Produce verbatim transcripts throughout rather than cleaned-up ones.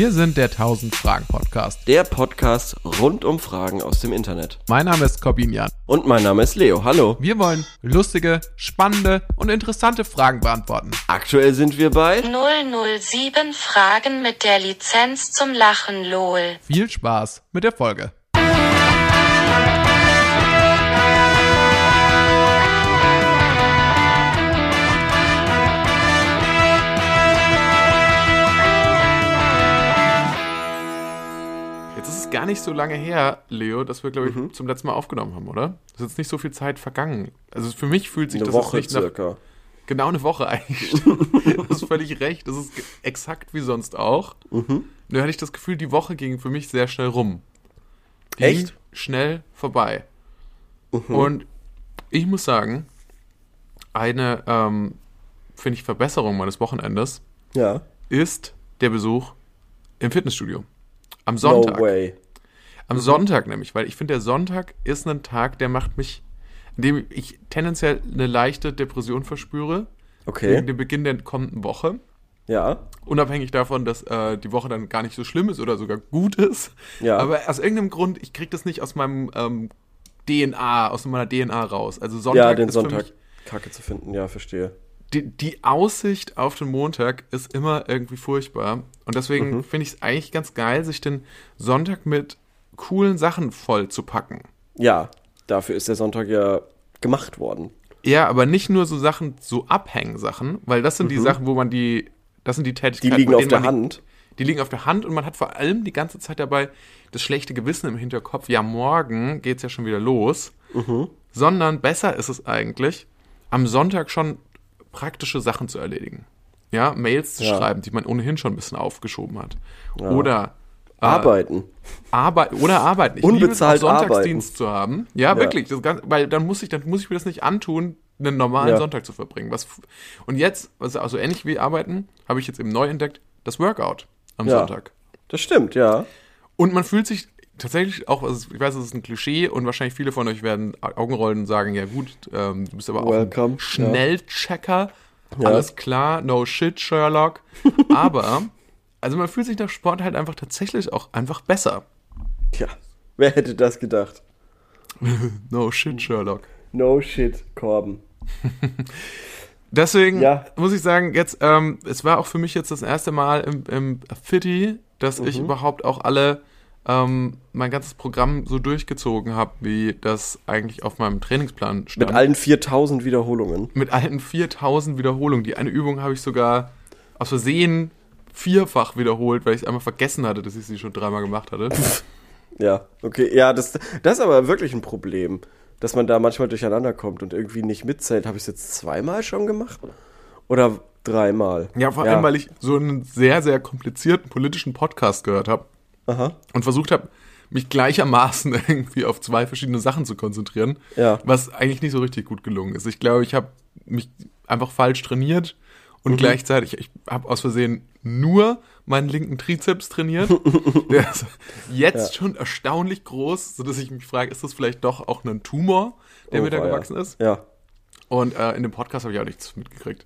Wir sind der tausend-Fragen-Podcast. Der Podcast rund um Fragen aus dem Internet. Mein Name ist Corbinian. Und mein Name ist Leo. Hallo. Wir wollen lustige, spannende und interessante Fragen beantworten. Aktuell sind wir bei null null sieben Fragen mit der Lizenz zum Lachen, lol. Viel Spaß mit der Folge. Gar nicht so lange her, Leo, dass wir, glaube ich, mhm. zum letzten Mal aufgenommen haben, oder? Es ist jetzt nicht so viel Zeit vergangen. Also für mich fühlt sich eine das Woche nicht circa. nach... Genau eine Woche eigentlich. Du hast völlig recht. Das ist exakt wie sonst auch. Mhm. Nur hatte ich das Gefühl, die Woche ging für mich sehr schnell rum. Die Echt? Ging schnell vorbei. Mhm. Und ich muss sagen, eine, ähm, finde ich, Verbesserung meines Wochenendes ja. ist der Besuch im Fitnessstudio. Am Sonntag. No way. Am mhm. Sonntag nämlich, weil ich finde, der Sonntag ist ein Tag, der macht mich, in dem ich tendenziell eine leichte Depression verspüre. Okay. Wegen dem Beginn der kommenden Woche. Ja. Unabhängig davon, dass äh, die Woche dann gar nicht so schlimm ist oder sogar gut ist. Ja. Aber aus irgendeinem Grund, ich kriege das nicht aus meinem ähm, D N A, aus meiner D N A raus. Also Sonntag ja, den ist Sonntag für mich, kacke zu finden, ja, verstehe. Die, die Aussicht auf den Montag ist immer irgendwie furchtbar. Und deswegen mhm. finde ich es eigentlich ganz geil, sich den Sonntag mit coolen Sachen voll zu packen. Ja, dafür ist der Sonntag ja gemacht worden. Ja, aber nicht nur so Sachen, so Abhängen-Sachen, weil das sind mhm. die Sachen, wo man die, das sind die Tätigkeiten, die liegen auf der die, Hand. Die liegen auf der Hand und man hat vor allem die ganze Zeit dabei das schlechte Gewissen im Hinterkopf, ja, morgen geht's ja schon wieder los. Mhm. Sondern besser ist es eigentlich, am Sonntag schon praktische Sachen zu erledigen. Ja, Mails zu ja. schreiben, die man ohnehin schon ein bisschen aufgeschoben hat. Ja. Oder äh, arbeiten. Arbeit oder arbeiten. Ich Unbezahlt liebe es, auch Sonntagsdienst arbeiten. zu haben. Ja, ja. wirklich. Das Ganze, weil dann muss ich, dann muss ich mir das nicht antun, einen normalen ja. Sonntag zu verbringen. Was, und jetzt, also auch so ähnlich wie arbeiten, habe ich jetzt eben neu entdeckt, das Workout am ja. Sonntag. Das stimmt, ja. Und man fühlt sich tatsächlich auch, also ich weiß, es ist ein Klischee und wahrscheinlich viele von euch werden Augenrollen und sagen, ja gut, ähm, du bist aber auch Welcome. ein Schnellchecker, ja. alles klar, no shit, Sherlock. Aber, also man fühlt sich nach Sport halt einfach tatsächlich auch einfach besser. Tja, wer hätte das gedacht? No shit, Sherlock. No shit, Corben. Deswegen ja. muss ich sagen, jetzt, ähm, es war auch für mich jetzt das erste Mal im, im Fitti, dass mhm. ich überhaupt auch alle Ähm, mein ganzes Programm so durchgezogen habe, wie das eigentlich auf meinem Trainingsplan stand. Mit allen viertausend Wiederholungen. Mit allen viertausend Wiederholungen. Die eine Übung habe ich sogar aus Versehen vierfach wiederholt, weil ich es einmal vergessen hatte, dass ich sie schon dreimal gemacht hatte. Ja, okay. Ja, das, das ist aber wirklich ein Problem, dass man da manchmal durcheinander kommt und irgendwie nicht mitzählt. Habe ich es jetzt zweimal schon gemacht? Oder dreimal? Ja, vor ja. allem, weil ich so einen sehr, sehr komplizierten politischen Podcast gehört habe. Aha. Und versucht habe, mich gleichermaßen irgendwie auf zwei verschiedene Sachen zu konzentrieren, ja. was eigentlich nicht so richtig gut gelungen ist. Ich glaube, ich habe mich einfach falsch trainiert und mhm. gleichzeitig, ich habe aus Versehen nur meinen linken Trizeps trainiert. Der ist jetzt ja. schon erstaunlich groß, sodass ich mich frage, ist das vielleicht doch auch ein Tumor, der oh, mir da ja. gewachsen ist? Ja. Und äh, in dem Podcast habe ich auch nichts mitgekriegt.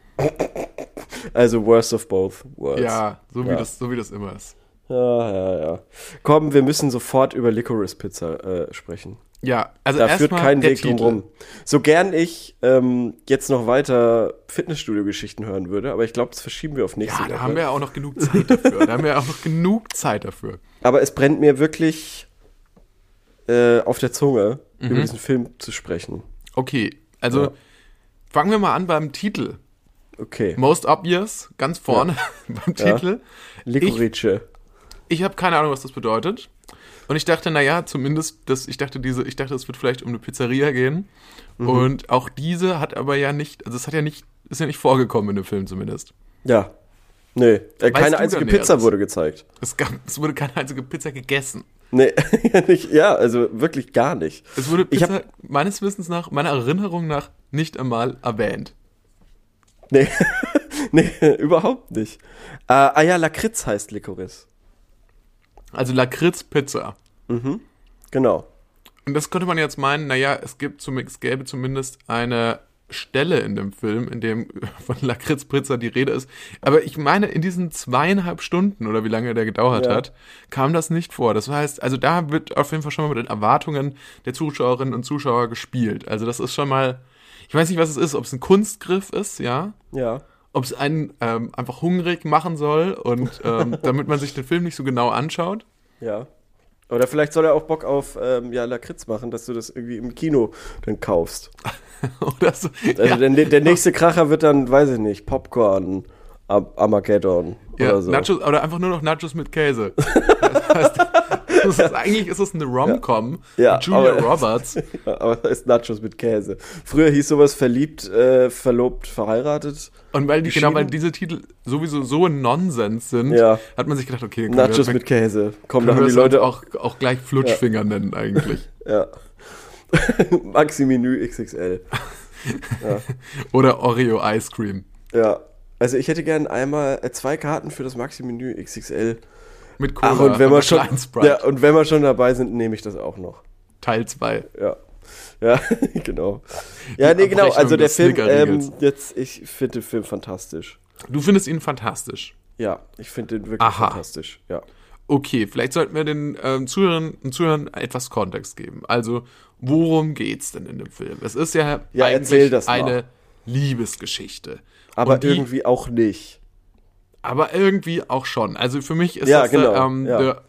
Also worst of both worlds. Ja, so wie, ja. Das, so wie das immer ist. Ja, ja, ja. Komm, wir müssen sofort über Licorice Pizza äh, sprechen. Ja, also da erst führt mal kein der Weg drum rum. So gern ich ähm, jetzt noch weiter Fitnessstudio-Geschichten hören würde, aber ich glaube, das verschieben wir auf nächste Woche. Ja, da haben wir ja auch noch genug Zeit dafür. Da haben wir ja auch noch genug Zeit dafür. Aber es brennt mir wirklich äh, auf der Zunge, mhm. über diesen Film zu sprechen. Okay, also ja. fangen wir mal an beim Titel. Okay. Most Obvious, ganz vorne ja. beim Titel. Ja. Licorice. Ich, ich habe keine Ahnung, was das bedeutet. Und ich dachte, naja, zumindest, das, ich dachte, diese, ich dachte, es wird vielleicht um eine Pizzeria gehen. Mhm. Und auch diese hat aber ja nicht, also es hat ja nicht, ist ja nicht vorgekommen in dem Film zumindest. Ja. Nee, äh, keine einzige Pizza Näheres? wurde gezeigt. Es, gab, es wurde keine einzige Pizza gegessen. Nee, nicht, ja, also wirklich gar nicht. Es wurde Pizza ich hab, meines Wissens nach, meiner Erinnerung nach, nicht einmal erwähnt. Nee, nee, überhaupt nicht. Äh, ah ja, Lakritz heißt Licorice. Also Lakritz-Pizza. Mhm, genau. Und das könnte man jetzt meinen, naja, es gibt zum, es gäbe zumindest eine Stelle in dem Film, in dem von Lakritzpizza die Rede ist. Aber ich meine, in diesen zweieinhalb Stunden oder wie lange der gedauert Ja. hat, kam das nicht vor. Das heißt, also da wird auf jeden Fall schon mal mit den Erwartungen der Zuschauerinnen und Zuschauer gespielt. Also das ist schon mal, ich weiß nicht, was es ist, ob es ein Kunstgriff ist, ja, Ja. ob es einen ähm, einfach hungrig machen soll und ähm, damit man sich den Film nicht so genau anschaut. Ja. Oder vielleicht soll er auch Bock auf ähm, ja, Lakritz machen, dass du das irgendwie im Kino dann kaufst. Oder so. Also ja. der, der nächste Kracher wird dann, weiß ich nicht, Popcorn, Am- Armageddon Ja, oder so. Nachos, oder einfach nur noch Nachos mit Käse. Das heißt, das ist, eigentlich ist es eine Rom-Com Ja, mit Julia aber- Roberts. Ja, aber es ist Nachos mit Käse. Früher hieß sowas verliebt, äh, verlobt, verheiratet. Und weil die, genau, Geschieden? weil diese Titel sowieso so ein Nonsens sind, Ja. hat man sich gedacht, okay, können Nachos wir, mit Käse. Komm, da können haben wir die das Leute auch, auch gleich Flutschfinger nennen eigentlich. Ja. Maxi-Menü X X L. Oder Oreo Ice Cream. Ja. Also ich hätte gern einmal äh, zwei Karten für das Maxi-Menü X X L. Mit Cola Ach, und wenn und wir einer schon, kleinen Sprite. ja, und wenn wir schon dabei sind, nehme ich das auch noch. Teil zwei. Ja. Ja, genau. Ja, Die nee, genau. Abrechnung Also der des Film, Snickeriegels. ähm, jetzt, ich finde den Film fantastisch. Du findest ihn fantastisch. Ja, ich finde den wirklich Aha. fantastisch. Ja. Okay, vielleicht sollten wir den ähm, Zuhörern und Zuhörern etwas Kontext geben. Also, worum geht's denn in dem Film? Es ist ja, Ja, erzähl eigentlich das mal. eine Liebesgeschichte. Aber Und die- irgendwie auch nicht. Aber irgendwie auch schon. Also für mich ist Ja, das genau, der, ähm, ja. der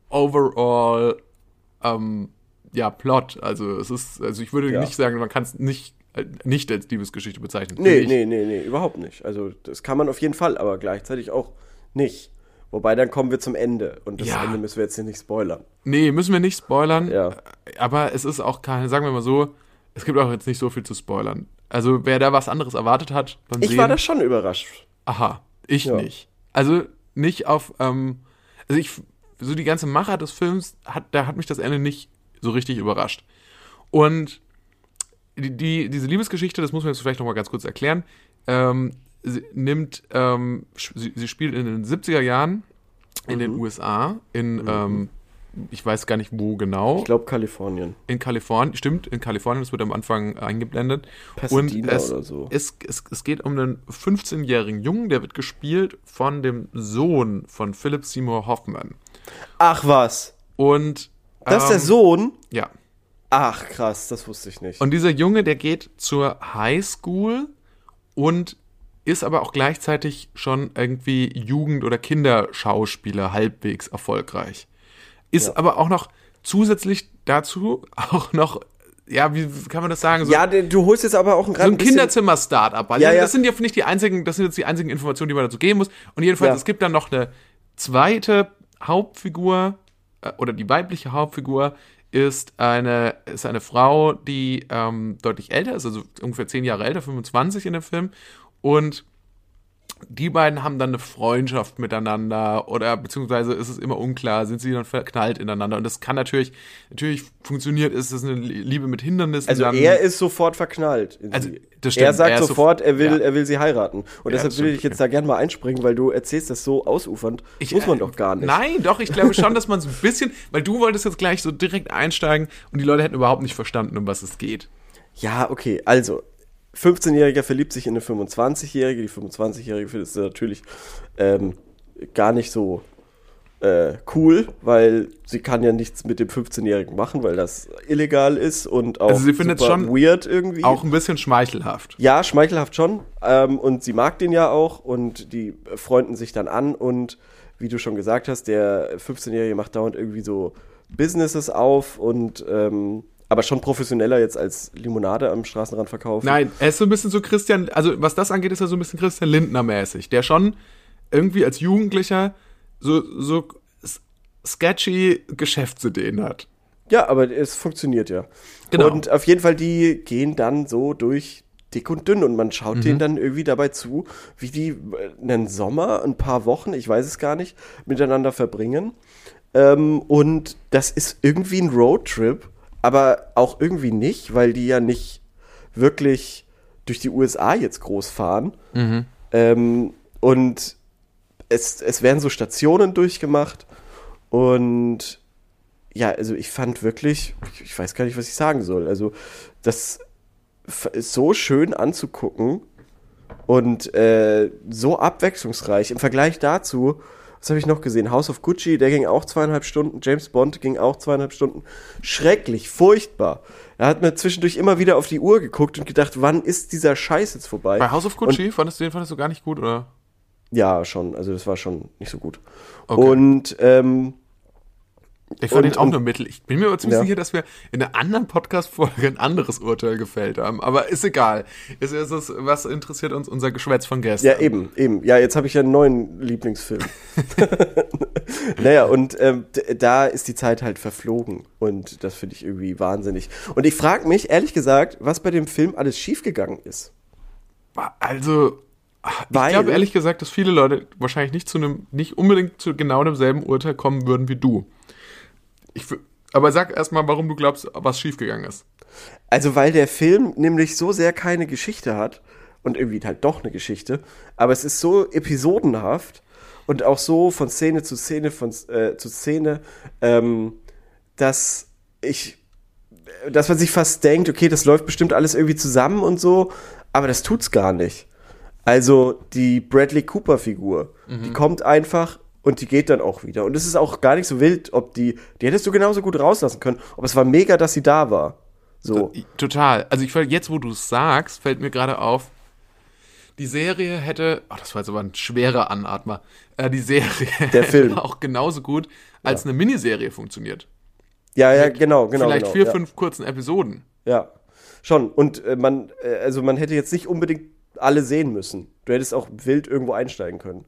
overall ähm, ja, Plot. Also es ist, also ich würde Ja. nicht sagen, man kann es nicht, äh, nicht als Liebesgeschichte bezeichnen. Nee, Ich- nee, nee, nee, überhaupt nicht. Also das kann man auf jeden Fall, aber gleichzeitig auch nicht. Wobei, dann kommen wir zum Ende. Und das Ja. Ende müssen wir jetzt hier nicht spoilern. Nee, müssen wir nicht spoilern. Ja. Aber es ist auch keine, sagen wir mal so, es gibt auch jetzt nicht so viel zu spoilern. Also wer da was anderes erwartet hat beim Ich Sehen, war da schon überrascht. aha, ich Ja. nicht. Also nicht auf, ähm, also ich, so die ganze Macher des Films, hat, da hat mich das Ende nicht so richtig überrascht. Und die, die, diese Liebesgeschichte, das muss man jetzt vielleicht nochmal ganz kurz erklären, ähm, sie nimmt, ähm, sch- sie, sie spielt in den siebziger Jahren in den U S A, in, ähm, ich weiß gar nicht wo genau, Ich glaube Kalifornien. in Kalifornien, stimmt, in Kalifornien, das wird am Anfang eingeblendet. Pasadena Und es, oder so. Es, es, es geht um einen fünfzehnjährigen Jungen, der wird gespielt von dem Sohn von Philip Seymour Hoffman. Ach was. Und Das ist der ähm, Sohn? Ja. Ach krass, das wusste ich nicht. Und dieser Junge, der geht zur Highschool und ist aber auch gleichzeitig schon irgendwie Jugend- oder Kinderschauspieler halbwegs erfolgreich. Ist Ja. aber auch noch zusätzlich dazu auch noch, ja, wie kann man das sagen? So, ja, de- du holst jetzt aber auch ein so ein bisschen- Kinderzimmer-Startup. Also Ja, ja. Das sind ja nicht die einzigen, das sind jetzt die einzigen Informationen, die man dazu geben muss. Und jedenfalls, Ja. es gibt dann noch eine zweite Hauptfigur, äh, oder die weibliche Hauptfigur ist eine, ist eine Frau, die ähm, deutlich älter ist, also ungefähr zehn Jahre älter, fünfundzwanzig in dem Film. Und die beiden haben dann eine Freundschaft miteinander oder beziehungsweise ist es immer unklar, sind sie dann verknallt ineinander. Und das kann natürlich, natürlich funktioniert, ist es eine Liebe mit Hindernissen. Also dann, er ist sofort verknallt. in Also, sie. das stimmt, er sagt er ist sofort, sof- er will, ja. er will sie heiraten. Und Ja, deshalb das will stimmt, ich jetzt da gerne mal einspringen, weil du erzählst das so ausufernd. Das Ich, muss man äh, doch gar nicht. Nein, doch, ich glaube schon, dass man so ein bisschen, weil du wolltest jetzt gleich so direkt einsteigen und die Leute hätten überhaupt nicht verstanden, um was es geht. Ja, okay, also fünfzehnjähriger verliebt sich in eine fünfundzwanzigjährige. Die fünfundzwanzigjährige findet es natürlich ähm, gar nicht so äh, cool, weil sie kann ja nichts mit dem fünfzehnjährigen machen, weil das illegal ist und auch Also sie findet super schon weird irgendwie. Auch ein bisschen schmeichelhaft. Ja, schmeichelhaft schon. Ähm, und sie mag den ja auch und die freunden sich dann an und wie du schon gesagt hast, der fünfzehnjährige macht dauernd irgendwie so Businesses auf und ähm, aber schon professioneller jetzt als Limonade am Straßenrand verkaufen. Nein, er ist so ein bisschen so Christian, also was das angeht, ist er so ein bisschen Christian Lindner-mäßig, der schon irgendwie als Jugendlicher so, so s- sketchy Geschäftsideen hat. Ja, aber es funktioniert ja. Genau. Und auf jeden Fall, die gehen dann so durch dick und dünn und man schaut Mhm. denen dann irgendwie dabei zu, wie die äh, einen Sommer, ein paar Wochen, ich weiß es gar nicht, miteinander verbringen. Ähm, und das ist irgendwie ein Roadtrip, aber auch irgendwie nicht, weil die ja nicht wirklich durch die U S A jetzt groß fahren. Mhm. Ähm, und es, es werden so Stationen durchgemacht und ja, also ich fand wirklich, ich, ich weiß gar nicht, was ich sagen soll. Also das f- so schön anzugucken und äh, so abwechslungsreich. Im Vergleich dazu, was habe ich noch gesehen? House of Gucci, der ging auch zweieinhalb Stunden. James Bond ging auch zweieinhalb Stunden. Schrecklich, furchtbar. Er hat mir zwischendurch immer wieder auf die Uhr geguckt und gedacht, wann ist dieser Scheiß jetzt vorbei? Bei House of Gucci, fandest du den fandest du gar nicht gut, oder? Ja, schon. Also das war schon nicht so gut. Okay. Und ähm, Ich fand Und- den auch und- nur mittel. Ich bin mir aber ziemlich Ja. sicher, dass wir in einer anderen Podcast-Folge ein anderes Urteil gefällt haben. Aber ist egal. Ist, ist es, was interessiert uns unser Geschwätz von gestern? ja, eben, eben. Ja, jetzt habe ich ja einen neuen Lieblingsfilm. Naja, und ähm, d- da ist die Zeit halt verflogen. Und das finde ich irgendwie wahnsinnig. Und ich frage mich, ehrlich gesagt, was bei dem Film alles schiefgegangen ist. Also, ich Weil- glaube ehrlich gesagt, dass viele Leute wahrscheinlich nicht zu einem, nicht unbedingt zu genau demselben Urteil kommen würden wie du. Ich, wü- aber sag erstmal, warum du glaubst, was schiefgegangen ist. Also, weil der Film nämlich so sehr keine Geschichte hat und irgendwie halt doch eine Geschichte, aber es ist so episodenhaft und auch so von Szene zu Szene von äh, zu Szene, ähm, dass ich, dass man sich fast denkt, okay, das läuft bestimmt alles irgendwie zusammen und so, aber das tut's gar nicht. Also die Bradley Cooper Figur, die kommt einfach und die geht dann auch wieder. Und es ist auch gar nicht so wild, ob die, die hättest du genauso gut rauslassen können, aber es war mega, dass sie da war. So. Total. Also ich jetzt, wo du es sagst, fällt mir gerade auf, die Serie hätte, ach, das war jetzt aber ein schwerer Anatmer, äh, die Serie Der Film. hätte auch genauso gut als eine Miniserie funktioniert. Ja, ja, genau, genau. Vielleicht genau, vier, ja. fünf kurzen Episoden. Ja, schon. Und äh, man, äh, also man hätte jetzt nicht unbedingt alle sehen müssen. Du hättest auch wild irgendwo einsteigen können.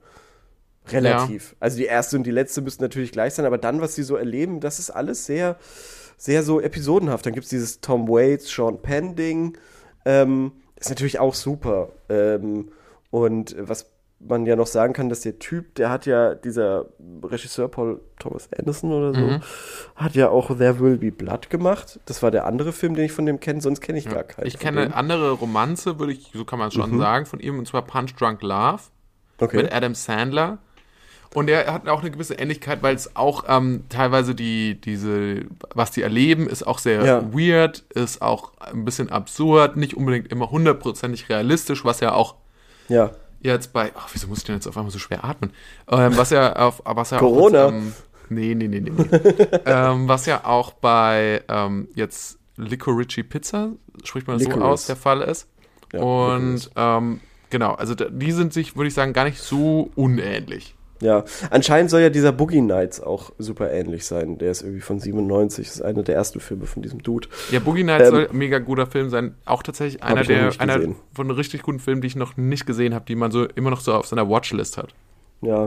Relativ. Also die erste und die letzte müssten natürlich gleich sein, aber dann, was sie so erleben, das ist alles sehr, sehr so episodenhaft. Dann gibt es dieses Tom Waits, Sean Penn Ding. Ähm, ist natürlich auch super. Ähm, und was man ja noch sagen kann, dass der Typ, der hat ja, dieser Regisseur Paul Thomas Anderson oder so, Mhm. hat ja auch There Will Be Blood gemacht. Das war der andere Film, den ich von dem kenne, sonst kenne ich gar keinen. Ich von kenne dem. eine andere Romanze, würde ich, so kann man es schon sagen, von ihm, und zwar Punch Drunk Love Okay. mit Adam Sandler. Und er hat auch eine gewisse Ähnlichkeit, weil es auch ähm, teilweise die, diese, was die erleben, ist auch sehr Ja. weird, ist auch ein bisschen absurd, nicht unbedingt immer hundertprozentig realistisch, was ja auch Ja. jetzt bei, ach, wieso muss ich denn jetzt auf einmal so schwer atmen? Ähm, was ja auf, was ja Corona. auch jetzt, ähm, nee, nee, nee, nee. nee. ähm, was ja auch bei ähm, jetzt Licorice Pizza, spricht man das so Licorice. aus, der Fall ist. Ja, Und ähm, genau, also da, die sind sich, würde ich sagen, gar nicht so unähnlich. Ja, anscheinend soll ja dieser Boogie Nights auch super ähnlich sein. Der ist irgendwie von siebenundneunzig, das ist einer der ersten Filme von diesem Dude. Ja, Boogie Nights Ähm, soll ein mega guter Film sein. Auch tatsächlich einer ich noch der nicht einer gesehen. von richtig guten Filmen, die ich noch nicht gesehen habe, die man so immer noch so auf seiner Watchlist hat. Ja.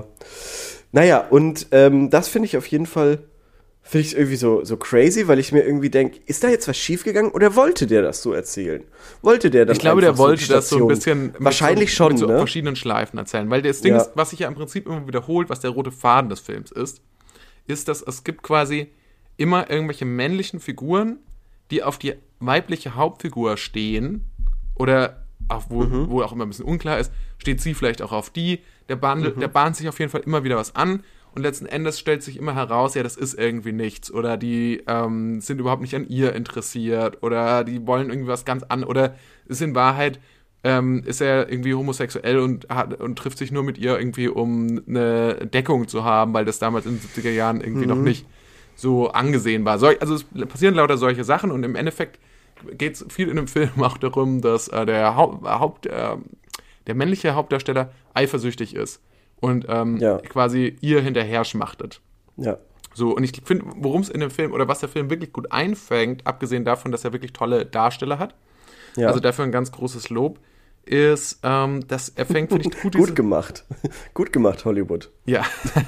Naja, und ähm, das finde ich auf jeden Fall, finde ich irgendwie so, so crazy, weil ich mir irgendwie denke, ist da jetzt was schiefgegangen oder wollte der das so erzählen? Wollte der dann Ich glaube, der einfach so wollte die das so ein Station- bisschen mit Wahrscheinlich so, schon, mit so ne? verschiedenen Schleifen erzählen. Weil das Ding Ja. ist, was sich ja im Prinzip immer wiederholt, was der rote Faden des Films ist, ist, dass es gibt quasi immer irgendwelche männlichen Figuren, die auf die weibliche Hauptfigur stehen oder auch wo, Mhm. wo auch immer ein bisschen unklar ist, steht sie vielleicht auch auf die. Der, bahn, Mhm. der bahnt sich auf jeden Fall immer wieder was an und letzten Endes stellt sich immer heraus, ja, das ist irgendwie nichts oder die ähm, sind überhaupt nicht an ihr interessiert oder die wollen irgendwie was ganz an oder ist in Wahrheit ähm, ist er irgendwie homosexuell und, hat, und trifft sich nur mit ihr irgendwie, um eine Deckung zu haben, weil das damals in den siebziger Jahren irgendwie noch nicht so angesehen war. Sol- also es passieren lauter solche Sachen und im Endeffekt geht es viel in dem Film auch darum, dass äh, der, Haupt, Haupt, äh, der männliche Hauptdarsteller eifersüchtig ist und ähm, Ja. quasi ihr hinterher schmachtet. Ja. So, und ich finde, worum es in dem Film oder was der Film wirklich gut einfängt, abgesehen davon, dass er wirklich tolle Darsteller hat, Ja. also dafür ein ganz großes Lob, ist, ähm, dass er fängt, finde ich, gut diese... Gut gemacht. Gut gemacht, Hollywood. Ja,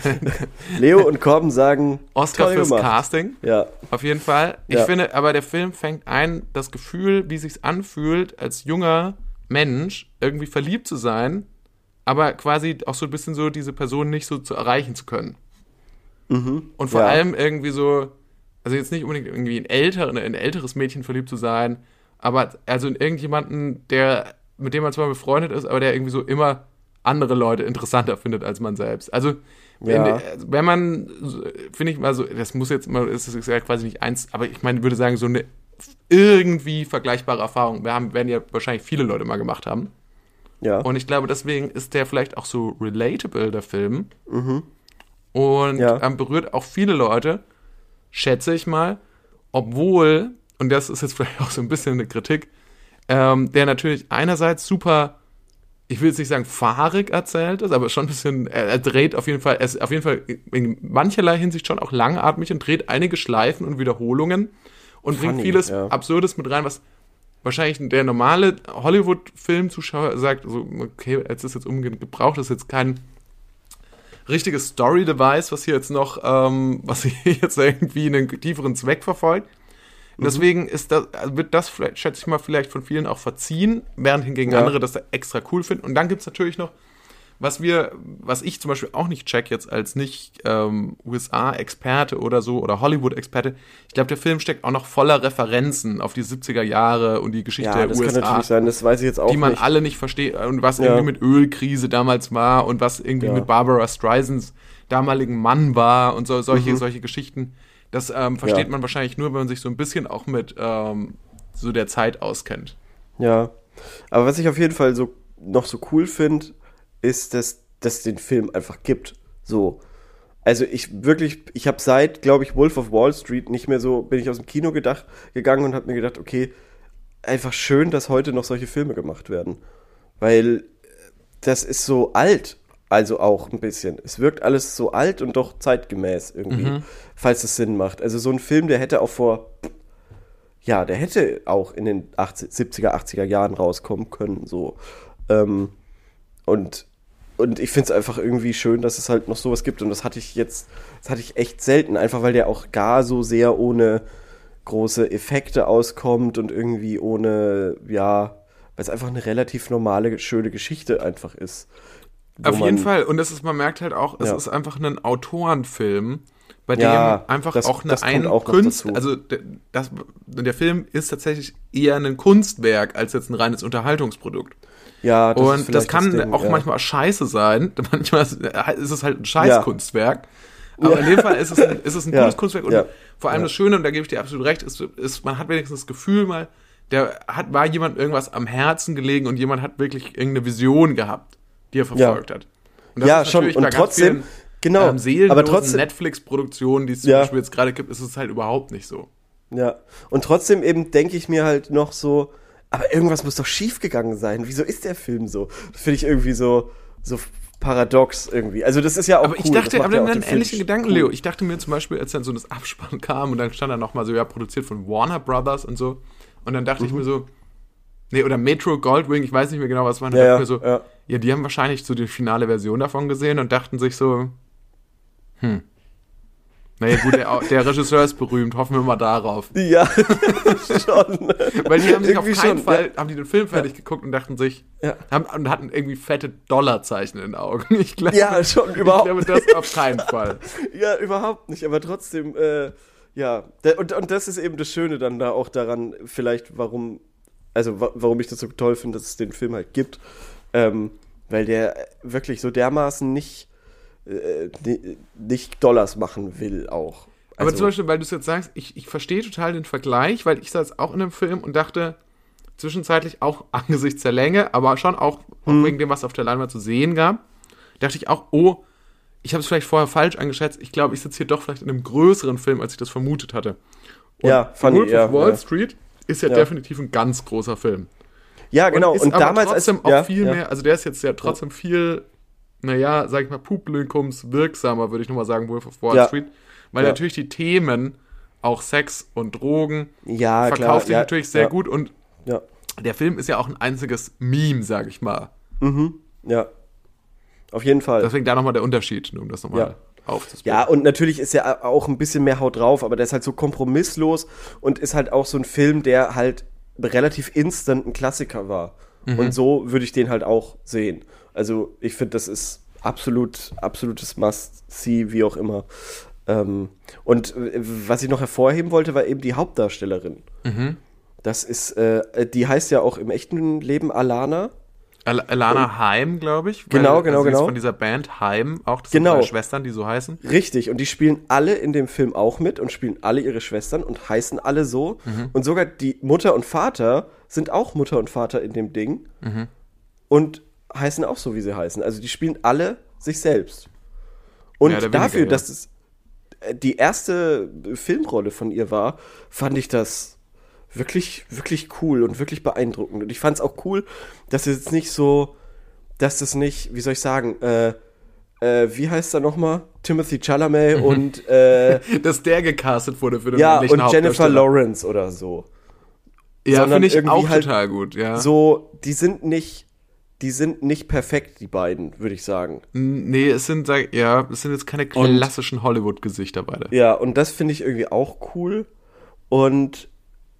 Leo und Corbin sagen, Oscar toll fürs gemacht. Casting. Ja. Auf jeden Fall. Ich Ja. finde, aber der Film fängt ein, das Gefühl, wie sich's anfühlt, als junger Mensch irgendwie verliebt zu sein, aber quasi auch so ein bisschen so diese Person nicht so zu erreichen zu können. Und vor Ja. allem irgendwie so, also jetzt nicht unbedingt irgendwie in ältere, in ein älteres Mädchen verliebt zu sein, aber also in irgendjemanden, der, mit dem man zwar befreundet ist, aber der irgendwie so immer andere Leute interessanter findet als man selbst. Also Ja. in, wenn man, finde ich mal so, das muss jetzt mal, es ist ja quasi nicht eins, aber ich meine, würde sagen, so eine irgendwie vergleichbare Erfahrungen. Wir haben, werden ja wahrscheinlich viele Leute mal gemacht haben. Ja. Und ich glaube, deswegen ist der vielleicht auch so relatable, der Film. Mhm. Und Ja. ähm, berührt auch viele Leute, schätze ich mal, obwohl, und das ist jetzt vielleicht auch so ein bisschen eine Kritik, ähm, der natürlich einerseits super, ich will jetzt nicht sagen fahrig erzählt ist, aber schon ein bisschen, er, er dreht auf jeden Fall, er ist auf jeden Fall in mancherlei Hinsicht schon auch langatmig und dreht einige Schleifen und Wiederholungen und Funny, bringt vieles ja. Absurdes mit rein, was wahrscheinlich der normale Hollywood-Filmzuschauer sagt, so, okay, jetzt ist jetzt unbedingt gebraucht, das ist jetzt kein richtiges Story-Device, was hier jetzt noch, ähm, was hier jetzt irgendwie einen tieferen Zweck verfolgt. Und deswegen ist das, also wird das, vielleicht, schätze ich mal, vielleicht von vielen auch verziehen, während hingegen Ja. andere das da extra cool finden. Und dann gibt es natürlich noch, was wir, was ich zum Beispiel auch nicht check jetzt als nicht ähm, U S A-Experte oder so oder Hollywood-Experte. Ich glaube, der Film steckt auch noch voller Referenzen auf die siebziger Jahre und die Geschichte Ja, der das U S kann A. natürlich sein, das weiß ich jetzt auch Die man nicht. alle nicht versteht und was Ja. irgendwie mit Ölkrise damals war und was irgendwie Ja. mit Barbara Streisands damaligen Mann war und so, solche, Mhm. solche Geschichten. Das ähm, versteht Ja. man wahrscheinlich nur, wenn man sich so ein bisschen auch mit ähm, so der Zeit auskennt. Ja, aber was ich auf jeden Fall so noch so cool finde, ist, dass dass den Film einfach gibt. So, also ich wirklich, ich habe seit, glaube ich, Wolf of Wall Street nicht mehr so, bin ich aus dem Kino gedacht, gegangen und habe mir gedacht, okay, einfach schön, dass heute noch solche Filme gemacht werden, weil das ist so alt, also auch ein bisschen. Es wirkt alles so alt und doch zeitgemäß irgendwie, Mhm. falls es Sinn macht. Also so ein Film, der hätte auch vor ja, der hätte auch in den achtzig, siebziger, achtziger Jahren rauskommen können, so. Ähm, und, und ich finde es einfach irgendwie schön, dass es halt noch sowas gibt. Und das hatte ich jetzt, das hatte ich echt selten, einfach weil der auch gar so sehr ohne große Effekte auskommt und irgendwie ohne, ja, weil es einfach eine relativ normale, schöne Geschichte einfach ist. wo Auf jeden man- Fall. Und das ist, man merkt halt auch, es Ja. ist einfach ein Autorenfilm, bei Ja, dem einfach das- auch eine das kommt ein auch noch Kunst, dazu. also der, das, der Film ist tatsächlich eher ein Kunstwerk als jetzt ein reines Unterhaltungsprodukt. Ja, das ist Und das vielleicht kann Ding, auch ja. manchmal scheiße sein. Manchmal ist es halt ein Scheißkunstwerk. Aber Ja. in dem Fall ist es ein, ist es ein Ja. cooles Kunstwerk. Und Ja. vor allem Ja. das Schöne, und da gebe ich dir absolut recht, ist, ist, man hat wenigstens das Gefühl mal, der hat, war jemand irgendwas am Herzen gelegen und jemand hat wirklich irgendeine Vision gehabt, die er verfolgt hat. Und Ja, ist schon. natürlich Und bei ganz trotzdem, vielen, genau, ähm, seelenlosen aber trotzdem- Netflix-Produktionen, die es zum Ja. Beispiel jetzt gerade gibt, ist es halt überhaupt nicht so. Ja, und trotzdem eben denke ich mir halt noch so, aber irgendwas muss doch schief gegangen sein. Wieso ist der Film so? Das finde ich irgendwie so, so paradox irgendwie. Also das ist ja auch Aber cool. ich dachte, das macht aber ja dann auch einen den Film ähnlichen Gedanken, cool. Leo. Ich dachte mir zum Beispiel, als dann so das Abspann kam und dann stand da nochmal so, ja, produziert von Warner Brothers und so. Und dann dachte ich Mhm. mir so, nee, oder Metro Goldwing, ich weiß nicht mehr genau, was war. Und dann Ja, dachte ich mir so, ja. ja, die haben wahrscheinlich so die finale Version davon gesehen und dachten sich so, hm. Naja, gut, der, der Regisseur ist berühmt, hoffen wir mal darauf. Ja, schon. Weil die haben sich auf Irgendwie keinen schon, Fall, haben die den Film fertig geguckt und dachten sich, Ja. haben, und hatten irgendwie fette Dollarzeichen in den Augen. Ich glaube, Ja, schon, überhaupt ich glaube, das auf keinen Fall. Ja, überhaupt nicht, aber trotzdem, äh, ja. Da- Und, und das ist eben das Schöne dann da auch daran, vielleicht warum, also wa warum ich das so toll finde, dass es den Film halt gibt. Ähm, weil der wirklich so dermaßen nicht, äh, ni- nicht Dollars machen will auch. Aber Also, zum Beispiel, weil du es jetzt sagst, ich, ich verstehe total den Vergleich, weil ich saß auch in einem Film und dachte, zwischenzeitlich auch angesichts der Länge, aber schon auch, auch Hm. wegen dem, was auf der Leinwand zu sehen gab, dachte ich auch, oh, ich habe es vielleicht vorher falsch eingeschätzt. Ich glaube, ich sitze hier doch vielleicht in einem größeren Film, als ich das vermutet hatte. Und Ja, funny, Wolf ja, of Wall ja. Street ist ja, Ja. definitiv ein ganz großer Film. ja, genau. ist Und, aber damals als trotzdem auch ja, viel ja. mehr, also der ist jetzt ja trotzdem viel, naja, sag ich mal, publikumswirksamer, würde ich nochmal sagen, Wolf of Wall Ja. Street. Weil Ja. natürlich die Themen, auch Sex und Drogen, Ja, verkauft klar, sich ja, natürlich sehr ja, gut und Ja, der Film ist ja auch ein einziges Meme, sag ich mal. ja. Auf jeden Fall. Deswegen da nochmal der Unterschied, nur um das nochmal Ja. aufzuspielen. Ja, und natürlich ist ja auch ein bisschen mehr Haut drauf, aber der ist halt so kompromisslos und ist halt auch so ein Film, der halt relativ instant ein Klassiker war. Mhm. Und so würde ich den halt auch sehen. Also ich finde, das ist absolut, absolutes Must-See, wie auch immer. Ähm, und äh, was ich noch hervorheben wollte, war eben die Hauptdarstellerin. Mhm. Das ist, äh, die heißt ja auch im echten Leben Alana. Al- Alana Haim, glaube ich. Genau, weil, genau, sie genau. Ist von dieser Band Haim, auch das Genau. sind zwei Schwestern, die so heißen. Richtig, und die spielen alle in dem Film auch mit und spielen alle ihre Schwestern und heißen alle so. Mhm. Und sogar die Mutter und Vater sind auch Mutter und Vater in dem Ding Mhm. und heißen auch so, wie sie heißen. Also die spielen alle sich selbst. Und Mehr oder weniger, dafür, ja. dass es äh, die erste Filmrolle von ihr war, fand ich das wirklich, wirklich cool und wirklich beeindruckend. Und ich fand es auch cool, dass es jetzt nicht so, dass es nicht, wie soll ich sagen, äh, äh, wie heißt er nochmal? Timothy Chalamet und äh, Dass der gecastet wurde für den ja, männlichen und Jennifer Hauptdarsteller. Lawrence oder so. Ja, sondern finde ich irgendwie auch halt total gut, ja. So, die sind nicht, die sind nicht perfekt, die beiden, würde ich sagen. Nee, es sind, sag, ja, es sind jetzt keine klassischen Hollywood-Gesichter beide. Ja, und das finde ich irgendwie auch cool. Und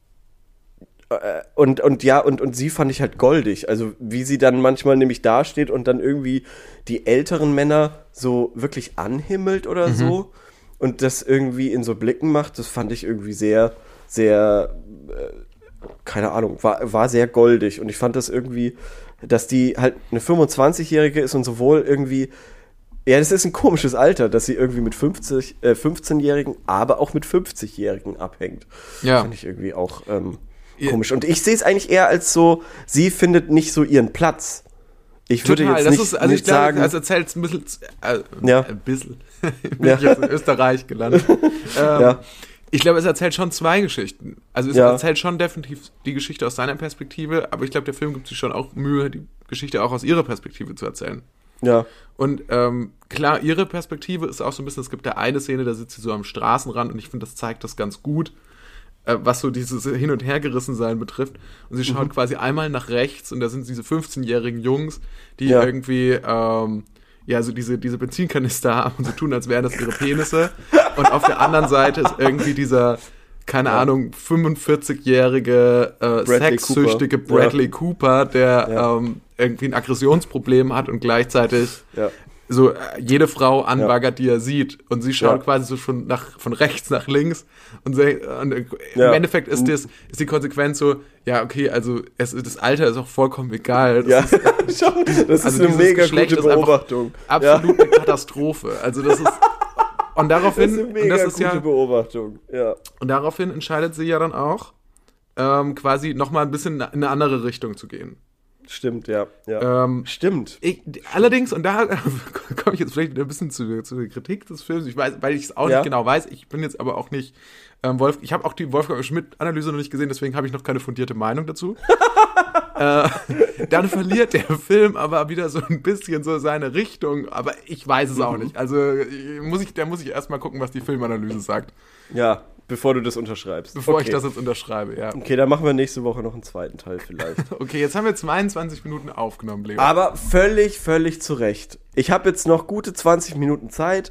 äh, und, und ja, und, und sie fand ich halt goldig. Also wie sie dann manchmal nämlich dasteht und dann irgendwie die älteren Männer so wirklich anhimmelt oder Mhm. so und das irgendwie in so Blicken macht, das fand ich irgendwie sehr, sehr, äh, keine Ahnung, war, war sehr goldig. Und ich fand das irgendwie, dass die halt eine fünfundzwanzigjährige ist und sowohl irgendwie, ja, das ist ein komisches Alter, dass sie irgendwie mit fünfzig, äh, fünfzehnjährigen, aber auch mit fünfzigjährigen abhängt. Ja. Fand ich irgendwie auch ähm, Ja. komisch. Und ich sehe es eigentlich eher als so, sie findet nicht so ihren Platz. Ich würde Total, jetzt das nicht, ist, also nicht ich glaube, sagen, also erzählt's ein bisschen, äh, Ja. ein bisschen, bin Ja. ich jetzt in Österreich gelandet. ähm, Ja. Ich glaube, es erzählt schon zwei Geschichten. Also es Ja. erzählt schon definitiv die Geschichte aus seiner Perspektive, aber ich glaube, der Film gibt sich schon auch Mühe, die Geschichte auch aus ihrer Perspektive zu erzählen. ja, Und ähm, klar, ihre Perspektive ist auch so ein bisschen, es gibt da eine Szene, da sitzt sie so am Straßenrand und ich finde, das zeigt das ganz gut, äh, was so dieses Hin- und Hergerissensein betrifft. Und sie schaut Mhm. quasi einmal nach rechts und da sind diese fünfzehnjährigen Jungs, die Ja. irgendwie, ähm, ja, so diese, diese Benzinkanister haben und so tun, als wären das ihre Penisse. Und auf der anderen Seite ist irgendwie dieser, keine Ja. Ahnung, fünfundvierzigjährige, äh, Bradley sexsüchtige Cooper. Bradley Ja. Cooper, der Ja. ähm, irgendwie ein Aggressionsproblem hat und gleichzeitig ja, so äh, jede Frau anbaggert, die er sieht. Und sie schaut Ja. quasi so schon nach, von rechts nach links. Und, sie, und im Ja. Endeffekt ist, das, ist die Konsequenz so, ja, okay, also es, das Alter ist auch vollkommen egal. Das ja, ist schon, das also ist eine dieses mega Geschlecht gute ist einfach Beobachtung. absolute Katastrophe. Also das ist. Und Ja, das daraufhin, ist eine und mega das ist gute ja, Beobachtung, ja. und daraufhin entscheidet sie ja dann auch, ähm, quasi nochmal ein bisschen in eine andere Richtung zu gehen. Stimmt, ja, ja. Ähm, Stimmt. Ich, allerdings, und da komme ich jetzt vielleicht wieder ein bisschen zu, zu der Kritik des Films, ich weiß, weil ich es auch Ja. nicht genau weiß, ich bin jetzt aber auch nicht, ähm, Wolf, ich habe auch die Wolfgang Schmidt-Analyse noch nicht gesehen, deswegen habe ich noch keine fundierte Meinung dazu. äh, dann verliert der Film aber wieder so ein bisschen so seine Richtung, aber ich weiß es auch nicht. Also ich- muss ich, da muss ich erstmal gucken, was die Filmanalyse sagt, Ja, bevor du das unterschreibst. bevor okay. ich das jetzt unterschreibe, ja. Okay, dann machen wir nächste Woche noch einen zweiten Teil vielleicht. Okay, jetzt haben wir zweiundzwanzig Minuten aufgenommen, Leo. Aber völlig, völlig zu Recht. Ich habe jetzt noch gute zwanzig Minuten Zeit.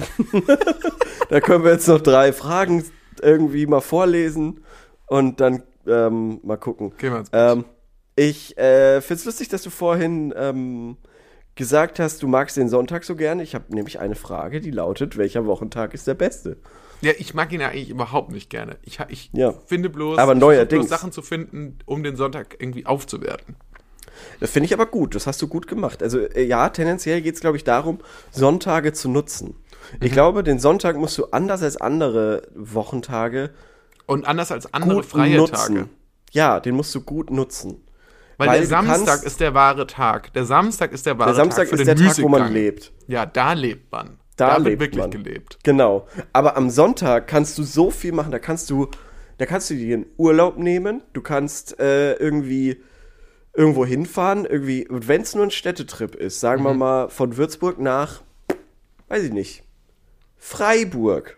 Da können wir jetzt noch drei Fragen irgendwie mal vorlesen und dann ähm, mal gucken. Gehen wir ins Bett. Ähm, ich äh, finde es lustig, dass du vorhin ähm, gesagt hast, du magst den Sonntag so gerne. Ich habe nämlich eine Frage, die lautet, welcher Wochentag ist der beste? Ja, ich mag ihn ja eigentlich überhaupt nicht gerne. Ich, ich Ja. finde bloß, Aber ich versuche neuerdings. bloß Sachen zu finden, um den Sonntag irgendwie aufzuwerten. Das finde ich aber gut, das hast du gut gemacht. Also äh, ja, tendenziell geht es, glaube ich, darum, Sonntage zu nutzen. Ich glaube, den Sonntag musst du anders als andere Wochentage Und anders als andere gut freie nutzen. Tage. Ja, den musst du gut nutzen. Weil, Weil der du Samstag kannst- ist der wahre Tag. Der Samstag ist der wahre Der Samstag Tag für ist den der Tag, wo man Müßiggang. lebt. Ja, da lebt man. Da wird lebt wirklich man. gelebt. Genau. Aber am Sonntag kannst du so viel machen. Da kannst du, da kannst du dir einen Urlaub nehmen. Du kannst äh, irgendwie irgendwo hinfahren. Irgendwie, wenn es nur ein Städtetrip ist, sagen wir Mhm. mal von Würzburg nach, weiß ich nicht, Freiburg.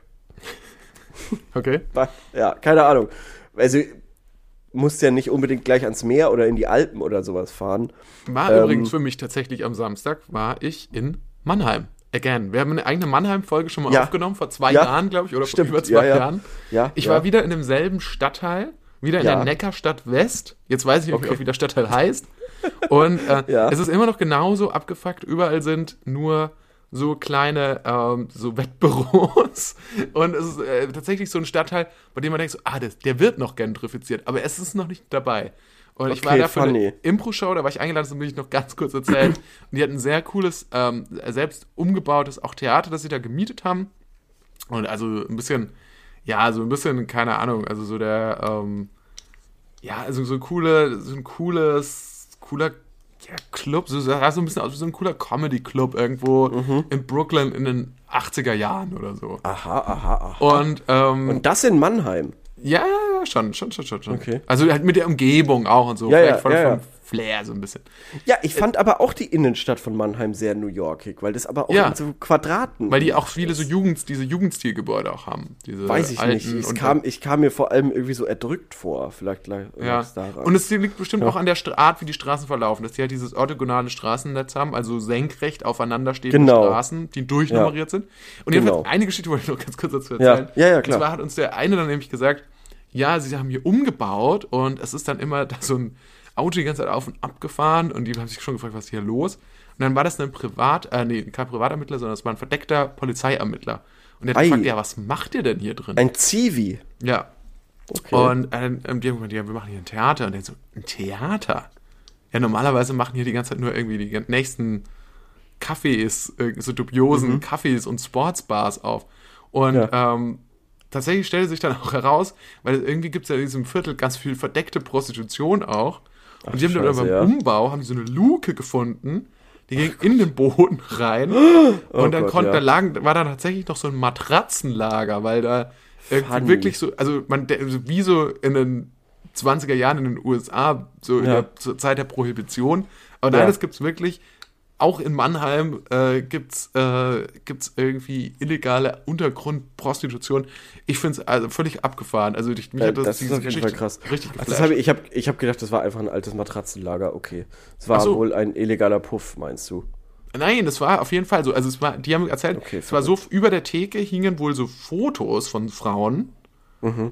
Okay. Ja, keine Ahnung. Also musst ja nicht unbedingt gleich ans Meer oder in die Alpen oder sowas fahren. War Ähm, übrigens für mich tatsächlich am Samstag, war ich in Mannheim. Again. Wir haben eine eigene Mannheim-Folge schon mal Ja. aufgenommen, vor zwei Ja. Jahren, glaube ich, oder Stimmt. vor über zwei Ja, ja. Jahren. Ja, Ich ja. war wieder in demselben Stadtteil, wieder in Ja. der Neckarstadt West. Jetzt weiß ich nicht, Okay. auch, wie der Stadtteil heißt. Und äh, Ja. es ist immer noch genauso abgefuckt. Überall sind nur so kleine ähm, so Wettbüros. Und es ist äh, tatsächlich so ein Stadtteil, bei dem man denkt, so, ah, das, der wird noch gentrifiziert, aber es ist noch nicht dabei. Und ich Okay, war da für funny. eine Impro-Show, da war ich eingeladen, das will ich noch ganz kurz erzählen. Und die hatten ein sehr cooles, ähm, selbst umgebautes auch Theater, das sie da gemietet haben. Und also ein bisschen, ja, so ein bisschen, keine Ahnung, also so der, ähm, ja, also so coole, so ein cooles, cooler ja, Club, so, sah so ein bisschen aus wie so ein cooler Comedy-Club irgendwo Mhm. in Brooklyn in den achtziger Jahren oder so. Aha, aha, aha. Und, ähm, Und das in Mannheim. ja, ja, ja, schon, schon, schon, schon. schon. Okay. Also halt mit der Umgebung auch und so, Ja, vielleicht ja, von, ja, ja. vom Flair so ein bisschen. Ja, ich fand aber auch die Innenstadt von Mannheim sehr New Yorkig, weil das aber auch Ja. in so Quadraten. Weil die auch viele so Jugend, diese Jugendstilgebäude auch haben. Diese Weiß ich alten nicht. Ich und- kam, ich kam mir vor allem irgendwie so erdrückt vor. Vielleicht lag Ja, es daran. und es liegt bestimmt auch an der Stra- Art, wie die Straßen verlaufen, dass die halt dieses orthogonale Straßennetz haben, also senkrecht aufeinander stehende Genau. Straßen, die durchnummeriert sind. Und Genau. jedenfalls eine Geschichte wollte ich noch ganz kurz dazu Ja. erzählen. Ja, ja, klar. Und zwar hat uns der eine dann nämlich gesagt, ja, sie haben hier umgebaut und es ist dann immer da so ein Auto die ganze Zeit auf und ab gefahren und die haben sich schon gefragt, was ist hier los? Und dann war das ein Privat, äh, nee, kein Privatermittler, sondern es war ein verdeckter Polizeiermittler. Und der hat Ei. gefragt, ja, was macht ihr denn hier drin? Ein Zivi. Ja. Okay. Und äh, die haben gesagt, ja, wir machen hier ein Theater. Und der so, ein Theater? Ja, normalerweise machen hier die ganze Zeit nur irgendwie die gan- nächsten Cafés, äh, so dubiosen Mhm. Cafés und Sportsbars auf. Und Ja. ähm, tatsächlich stellte sich dann auch heraus, weil irgendwie gibt es ja in diesem Viertel ganz viel verdeckte Prostitution auch. Und Ach, die haben dann Scheiße, beim ja. Umbau haben die so eine Luke gefunden, die ging in den Boden rein. und dann Gott, konnte, ja. da lagen, war da tatsächlich noch so ein Matratzenlager, weil da irgendwie Funny. wirklich so, also man, der- also wie so in den zwanziger Jahren in den U S A, so in Ja. der zur Zeit der Prohibition. Aber nein, Ja. das gibt's wirklich. Auch in Mannheim äh, gibt's äh, gibt's irgendwie illegale Untergrundprostitution. Ich finde es also völlig abgefahren. Also ich, mich Ja, hat das, das ist diese auf jeden Geschichte Fall krass. richtig Ach, das geflasht. hab ich ich habe ich hab gedacht, das war einfach ein altes Matratzenlager. Okay. Es war Ach so. wohl ein illegaler Puff, meinst du? Nein, das war auf jeden Fall so. Also es war, die haben erzählt, Okay, es war so, über der Theke hingen wohl so Fotos von Frauen. Mhm.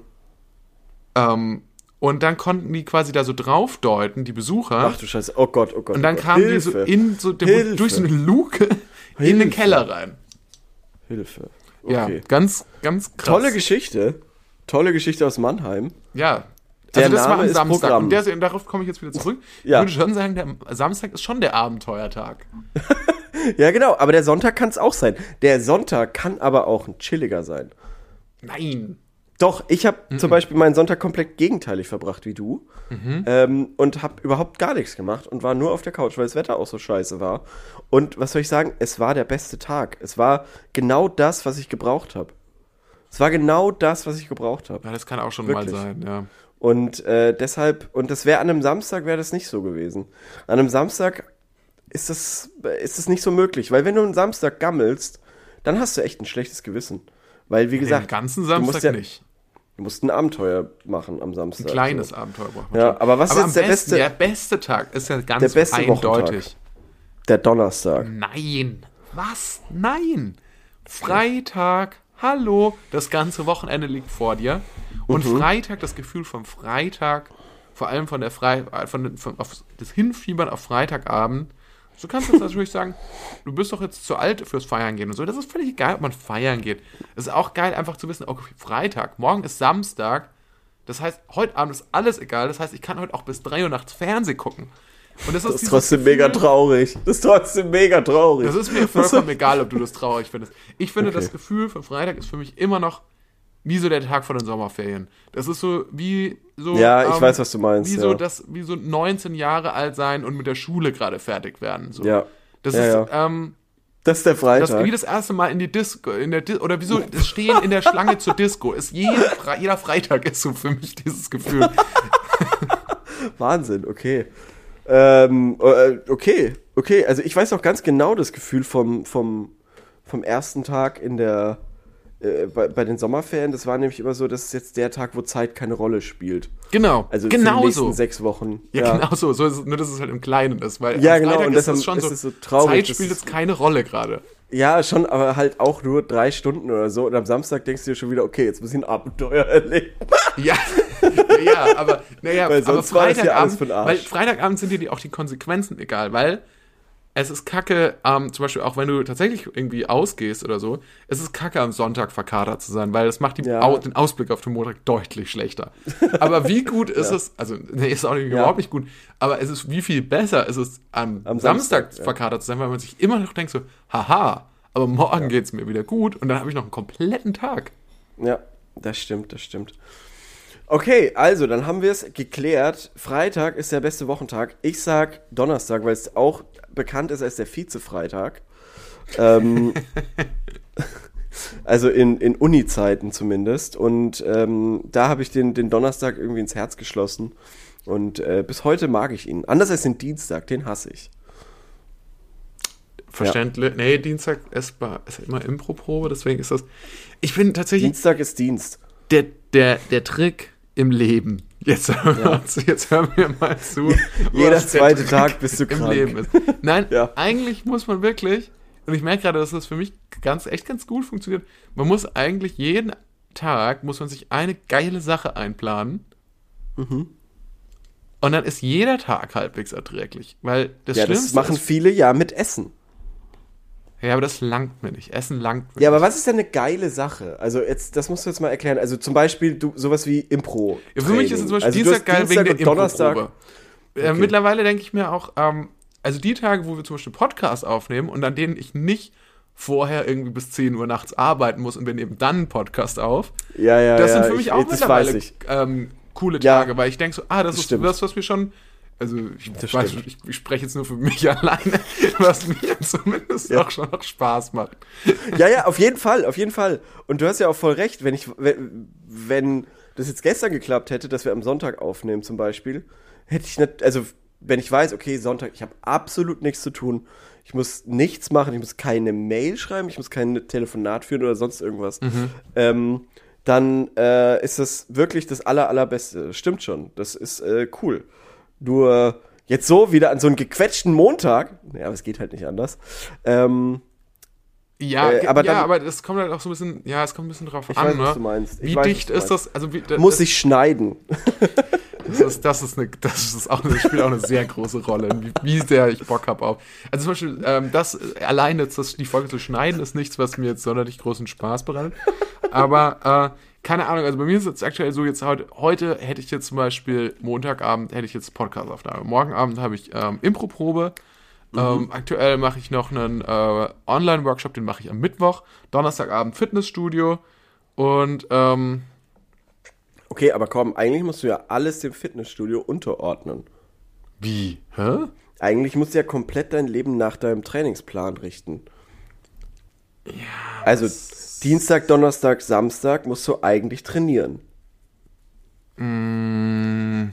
Ähm, und dann konnten die quasi da so draufdeuten, die Besucher. Ach du Scheiße. Oh Gott, oh Gott. und dann oh Gott. kamen die so Hilfe. in so der, Hilfe. durch so eine Luke in den Hilfe. Keller rein. Hilfe. Ja, Okay. ganz, ganz krass. Tolle Geschichte. Tolle Geschichte aus Mannheim. Ja. Der Also das Name war am ist Samstag. Programm. Und der, darauf komme ich jetzt wieder zurück. Ja. Ich würde schon sagen, der Samstag ist schon der Abenteuertag. Ja, genau. Aber der Sonntag kann es auch sein. Der Sonntag kann aber auch ein chilliger sein. Nein. Doch, ich habe Mhm. zum Beispiel meinen Sonntag komplett gegenteilig verbracht wie du. Ähm, und habe überhaupt gar nichts gemacht und war nur auf der Couch, weil das Wetter auch so scheiße war. Und was soll ich sagen? Es war der beste Tag. Es war genau das, was ich gebraucht habe. Es war genau das, was ich gebraucht habe. Ja, das kann auch schon Wirklich. mal sein, ja. Und äh, deshalb, und das wäre an einem Samstag, wäre das nicht so gewesen. An einem Samstag ist das, ist das nicht so möglich, weil wenn du einen Samstag gammelst, dann hast du echt ein schlechtes Gewissen. Weil, wie Den gesagt, ganzen du Samstag musst ja, nicht. du musst ein Abenteuer machen am Samstag. Ein kleines so. Abenteuer braucht man Ja, schon. aber was ist am jetzt der besten, beste- Der beste Tag ist ja ganz Der beste eindeutig. Der Donnerstag. Nein. Was? Nein. Freitag. Hallo. Das ganze Wochenende liegt vor dir. Und Mhm. Freitag, das Gefühl vom Freitag, vor allem von der Frei, von, von auf das Hinfiebern auf Freitagabend. So kannst du jetzt natürlich sagen, du bist doch jetzt zu alt fürs Feiern gehen und so. Das ist völlig egal, ob man feiern geht. Es ist auch geil, einfach zu wissen, okay, Freitag, morgen ist Samstag. Das heißt, heute Abend ist alles egal. Das heißt, ich kann heute auch bis drei Uhr nachts Fernsehen gucken. Und das ist, Das ist dieses trotzdem Gefühl- mega traurig. Das ist trotzdem mega traurig. Das ist mir vollkommen egal, ob du das traurig findest. Ich finde, Okay. das Gefühl von Freitag ist für mich immer noch wie so der Tag vor den Sommerferien. Das ist so wie so. Ja, ich ähm, weiß, was du meinst, Wie so, ja. das, wie so neunzehn Jahre alt sein und mit der Schule gerade fertig werden. So. Ja. Das Ja, ist, ja. ähm, Das ist der das Freitag. wie das erste Mal in die Disco, in der Dis oder wie so das Stehen in der Schlange zur Disco. Ist jeden Fre jeder Freitag ist so für mich dieses Gefühl. Wahnsinn, okay. Ähm, äh, okay, okay. Also ich weiß auch ganz genau das Gefühl vom, vom, vom ersten Tag in der äh, bei, bei den Sommerferien. Das war nämlich immer so, das ist jetzt der Tag, wo Zeit keine Rolle spielt. Genau, Also für genau die nächsten so. sechs Wochen. Ja, genau so. so ist es, nur, dass es halt im Kleinen ist. Weil Ja, am genau, Freitag und ist deshalb es schon ist so, es so traurig, Zeit dass spielt es- jetzt keine Rolle gerade. Ja, schon, aber halt auch nur drei Stunden oder so. Und am Samstag denkst du dir schon wieder, okay, jetzt muss ich ein Abenteuer erleben. Ja, ja, aber naja, Weil aber sonst war das ja alles Freitagabend, für den Arsch. weil Freitagabend sind dir die, auch die Konsequenzen egal, weil es ist kacke, ähm, zum Beispiel auch wenn du tatsächlich irgendwie ausgehst oder so, es ist kacke, am Sonntag verkatert zu sein, weil das macht die, Ja. Au- den Ausblick auf den Montag deutlich schlechter. Aber wie gut ist Ja. es, also nee, ist auch nicht, Ja. überhaupt nicht gut, aber es ist, wie viel besser ist es, am, Am Samstag, Samstag, ja. verkatert zu sein, weil man sich immer noch denkt so, haha, aber morgen geht's mir wieder gut und dann habe ich noch einen kompletten Tag. Ja, das stimmt, das stimmt. Okay, also, dann haben wir es geklärt. Freitag ist der beste Wochentag. Ich sag Donnerstag, weil es auch bekannt ist als der Vize-Freitag. Ähm, also in, in Uni-Zeiten zumindest. Und ähm, da habe ich den, den Donnerstag irgendwie ins Herz geschlossen. Und äh, bis heute mag ich ihn. Anders als den Dienstag, den hasse ich. Verständlich. Ja. Nee, Dienstag ist, bei, ist immer Impro-Probe, deswegen ist das. Ich bin tatsächlich. Dienstag ist Dienst. Der, der, der Trick im Leben. Jetzt, Ja. jetzt hören wir mal zu. Jeder was der zweite Trick Tag bist du im krank. Leben ist. Nein, Ja. eigentlich muss man wirklich, und ich merke gerade, dass das für mich ganz, echt ganz gut funktioniert, man muss eigentlich jeden Tag, muss man sich eine geile Sache einplanen. Mhm. Und dann ist jeder Tag halbwegs erträglich. Weil das Ja, Schlimmste das machen ist, viele ja mit Essen. ja, aber das langt mir nicht. Essen langt mir Ja, aber nicht. was ist denn eine geile Sache? Also jetzt, das musst du jetzt mal erklären. Also zum Beispiel du, sowas wie Impro. Ja, für mich ist es zum Beispiel also du Dienstag hast geil wegen der und Donnerstag. Impro-Probe. Äh, Okay. mittlerweile denke ich mir auch, ähm, also die Tage, wo wir zum Beispiel Podcasts aufnehmen und an denen ich nicht vorher irgendwie bis zehn Uhr nachts arbeiten muss und wir nehmen dann einen Podcast auf, Ja, ja, das ja. sind für mich ich, auch das mittlerweile weiß ich. ähm, coole Ja. Tage, weil ich denke so, ah, das, Das ist stimmt. das, was wir schon, also ich, Das weiß, stimmt. ich, ich spreche jetzt nur für mich alleine, was mir zumindest Ja. auch schon noch Spaß macht. Ja, ja, auf jeden Fall, auf jeden Fall. Und du hast ja auch voll recht, wenn ich, wenn, wenn das jetzt gestern geklappt hätte, dass wir am Sonntag aufnehmen zum Beispiel, hätte ich nicht, also wenn ich weiß, okay, Sonntag, ich habe absolut nichts zu tun, ich muss nichts machen, ich muss keine Mail schreiben, ich muss kein Telefonat führen oder sonst irgendwas, ähm, dann äh, ist das wirklich das aller, allerbeste. Stimmt schon, das ist äh, cool. Nur jetzt so wieder an so einen gequetschten Montag, ja, aber es geht halt nicht anders, ähm, Ja, Äh, ge- aber ja, dann- aber das kommt halt auch so ein bisschen, ja, es kommt ein bisschen drauf Ich an, weiß, ne? was du meinst. Ich Wie weiß, dicht was du ist das? Also wie, da- muss das, ich schneiden. Das ist, das ist eine, das ist auch eine, spielt auch eine sehr große Rolle, wie, wie sehr ich Bock habe auf. Also zum Beispiel, ähm, das allein jetzt das, die Folge zu schneiden, ist nichts, was mir jetzt sonderlich großen Spaß bereitet. Aber äh, keine Ahnung, also bei mir ist es jetzt aktuell so, jetzt heute, heute hätte ich jetzt zum Beispiel Montagabend hätte ich jetzt Podcast-Aufnahme. Morgen Abend habe ich ähm, Impro-Probe. Ähm, aktuell mache ich noch einen äh, Online-Workshop, den mache ich am Mittwoch. Donnerstagabend Fitnessstudio. Und ähm, Okay, aber komm, eigentlich musst du ja alles dem Fitnessstudio unterordnen. wie? Hä? Eigentlich musst du ja komplett dein Leben nach deinem Trainingsplan richten. Ja. Also Dienstag, Donnerstag, Samstag musst du eigentlich trainieren. Mm,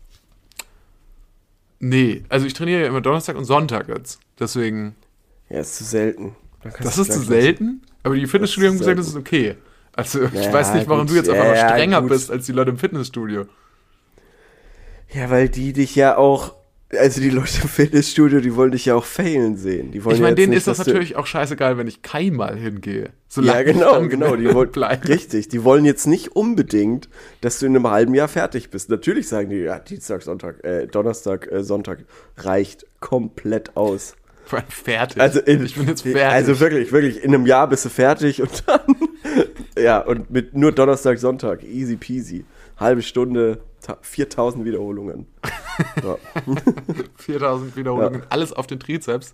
nee, also ich trainiere ja immer Donnerstag und Sonntag jetzt. Deswegen. Ja, ist zu selten. Dann kannst Das du ist zu gleich selten, aber die Fitnessstudio haben Das ist gesagt, das ist okay. Also ich Ja, weiß nicht, warum gut. du jetzt einfach Ja, mal strenger gut. bist als die Leute im Fitnessstudio. lassen. Ja, weil die dich ja auch, also die Leute im Fitnessstudio, die wollen dich ja auch failen sehen. Die wollen Ich ja meine, jetzt denen nicht, ist das dass du- natürlich auch scheißegal, wenn ich keinmal hingehe. Ja, Solange ich genau, dann genau. Die wollen, bleibe. richtig, die wollen jetzt nicht unbedingt, dass du in einem halben Jahr fertig bist. Natürlich sagen die, ja, Dienstag, Sonntag, äh, Donnerstag, äh, Sonntag reicht komplett aus. Fertig. Also in, ich bin jetzt fertig. Also wirklich, wirklich, in einem Jahr bist du fertig und dann, ja, und mit nur Donnerstag, Sonntag, easy peasy. Halbe Stunde, ta- viertausend Wiederholungen. Ja. viertausend Wiederholungen, alles auf den Trizeps.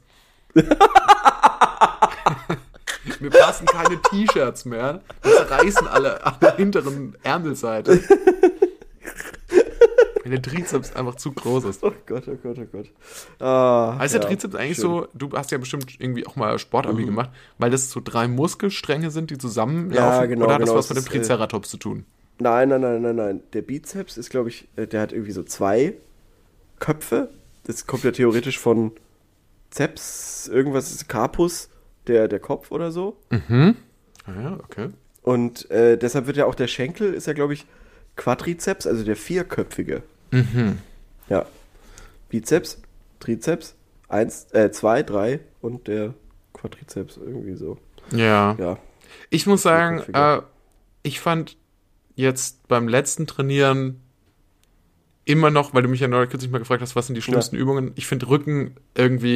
Mir passen keine T-Shirts mehr. Die zerreißen alle an der hinteren Ärmelseite. Wenn der Trizeps einfach zu groß ist. Oh Gott, oh Gott, oh Gott. Ah, Heißt ja, der Trizeps eigentlich schön. so, du hast ja bestimmt irgendwie auch mal Sportabi gemacht, weil das so drei Muskelstränge sind, die zusammenlaufen? Ja, genau, Oder hat das genau, was mit das dem ist, äh, Triceratops zu tun? Nein, nein, nein, nein, nein. Der Bizeps ist, glaube ich, äh, der hat irgendwie so zwei Köpfe. Das kommt ja theoretisch von Zeps, irgendwas ist Carpus, der, der Kopf oder so. Mhm. Ah ja, okay. Und äh, deshalb wird ja auch der Schenkel, ist ja, glaube ich, Quadrizeps, also der vierköpfige. Mhm. Ja. Bizeps, Trizeps, eins, äh, zwei, drei und der Quadrizeps, irgendwie so. Ja. Ja. Ich muss sagen, Vierköpfiger. äh, ich fand jetzt beim letzten Trainieren immer noch, weil du mich ja neulich kürzlich mal gefragt hast, was sind die schlimmsten Übungen, ich finde Rücken irgendwie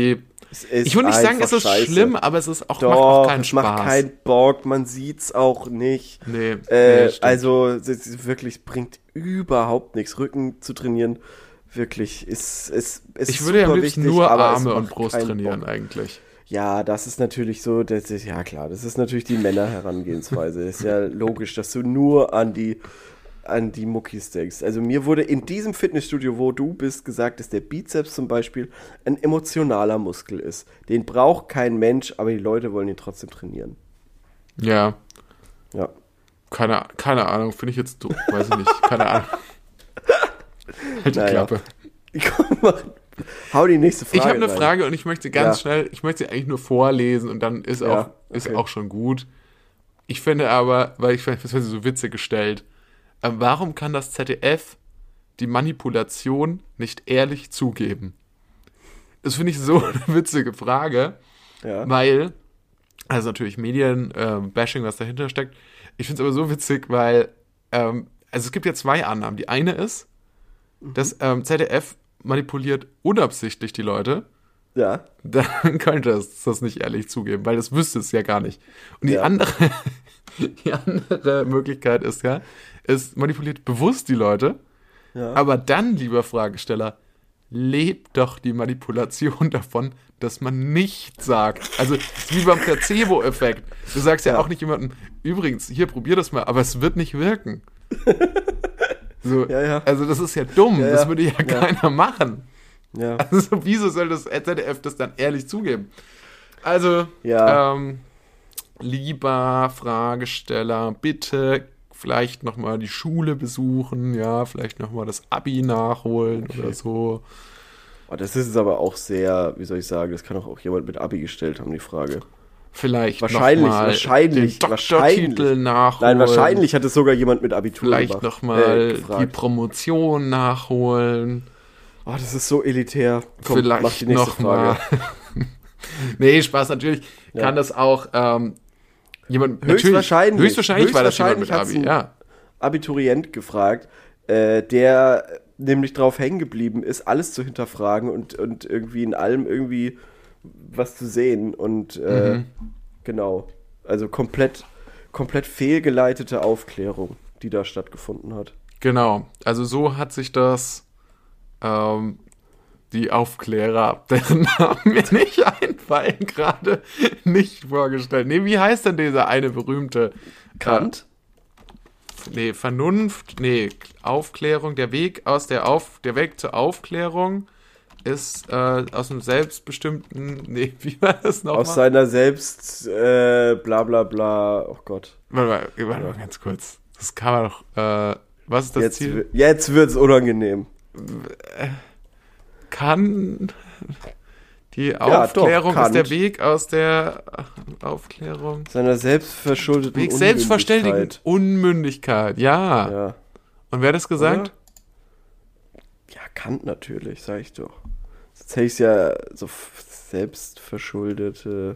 Es ist Ich würde nicht sagen, es ist scheiße. schlimm, aber es ist auch, Doch, macht auch keinen es Spaß. macht keinen Bock, man sieht's auch nicht. Nee, Äh, nee, stimmt. also es ist wirklich bringt überhaupt nichts. Rücken zu trainieren, wirklich ist es ist Ich würde ja am super liebsten wichtig, nur aber es Arme und macht Brust keinen trainieren Bock. eigentlich. Ja, das ist natürlich so, das ist, ja klar, das ist natürlich die Männerherangehensweise. Ist ja logisch, dass du nur an die an die Muckis denkst. Also mir wurde in diesem Fitnessstudio, wo du bist, gesagt, dass der Bizeps zum Beispiel ein emotionaler Muskel ist. Den braucht kein Mensch, aber die Leute wollen ihn trotzdem trainieren. Ja, Ja. keine, keine Ahnung, finde ich jetzt doof, weiß ich nicht, keine Ahnung. Halt die Naja. Klappe. Komm mal, hau die nächste Frage Ich habe eine rein. Frage und ich möchte ganz Ja. schnell, ich möchte sie eigentlich nur vorlesen und dann ist, Ja, auch, ist okay. auch schon gut. Ich finde aber, weil ich finde, das wird so witzig gestellt, äh, warum kann das Z D F die Manipulation nicht ehrlich zugeben? Das finde ich so eine witzige Frage, Ja. weil, also natürlich Medien-Bashing, was dahinter steckt. Ich finde es aber so witzig, weil, ähm, also es gibt ja zwei Annahmen. Die eine ist, dass ähm, Z D F manipuliert unabsichtlich die Leute. Ja. Dann könnte es das nicht ehrlich zugeben, weil das wüsste es ja gar nicht. Und die Ja. andere, die andere Möglichkeit ist ja, es manipuliert bewusst die Leute, Ja. aber dann, lieber Fragesteller, lebt doch die Manipulation davon, dass man nichts sagt. Also es ist wie beim Placebo-Effekt. Du sagst ja, Ja. auch nicht jemandem, übrigens, hier, probier das mal, aber es wird nicht wirken. So, Ja, ja. Also das ist ja dumm, Ja, ja. das würde ja, Ja. keiner machen. Ja. Also wieso soll das Z D F das dann ehrlich zugeben? Also, Ja. ähm, lieber Fragesteller, bitte vielleicht nochmal die Schule besuchen, ja, vielleicht nochmal das Abi nachholen Okay. oder so. Oh, das ist aber auch sehr, wie soll ich sagen, das kann auch, auch jemand mit Abi gestellt haben, die Frage. Vielleicht Wahrscheinlich, noch mal wahrscheinlich, den wahrscheinlich. Doktortitel nachholen. Nein, wahrscheinlich hat es sogar jemand mit Abitur Vielleicht gemacht, nochmal äh, die gefragt. Promotion nachholen. Oh, das ist so elitär. Komm, mach Vielleicht die nächste nochmal. Frage. Nee, Spaß, natürlich Ja. kann das auch ähm, jemand. natürlich- Höchstwahrscheinlich. Höchstwahrscheinlich war das jemand mit Höchstwahrscheinlich Abi, hat's ja. Abiturient gefragt, äh, der nämlich drauf hängen geblieben ist, alles zu hinterfragen und, und irgendwie in allem irgendwie was zu sehen. Und äh, Mhm. genau, also komplett, komplett fehlgeleitete Aufklärung, die da stattgefunden hat. Genau, also so hat sich das ähm, die Aufklärer, deren Namen mir nicht einfallen, gerade nicht vorgestellt. Nee, wie heißt denn dieser eine berühmte Kant? Äh, nee, Vernunft, nee, Aufklärung, der Weg aus der Auf, der Weg zur Aufklärung ist äh, aus einem selbstbestimmten, nee, wie war das nochmal? Aus seiner selbst, äh, bla bla bla, oh Gott. Warte mal, warte mal ganz kurz. Das kann man doch, äh, was ist das Jetzt, Ziel? wi- jetzt wird's unangenehm. Kann die doch, Aufklärung Kant. ist der Weg aus der Aufklärung. Seiner selbstverschuldeten Weg selbstverständigen Unmündigkeit. Unmündigkeit, ja. Ja. Und wer hat das gesagt? Oder? Ja, Kant natürlich, sag ich doch. Sonst hätte ich es ja so f- selbstverschuldete.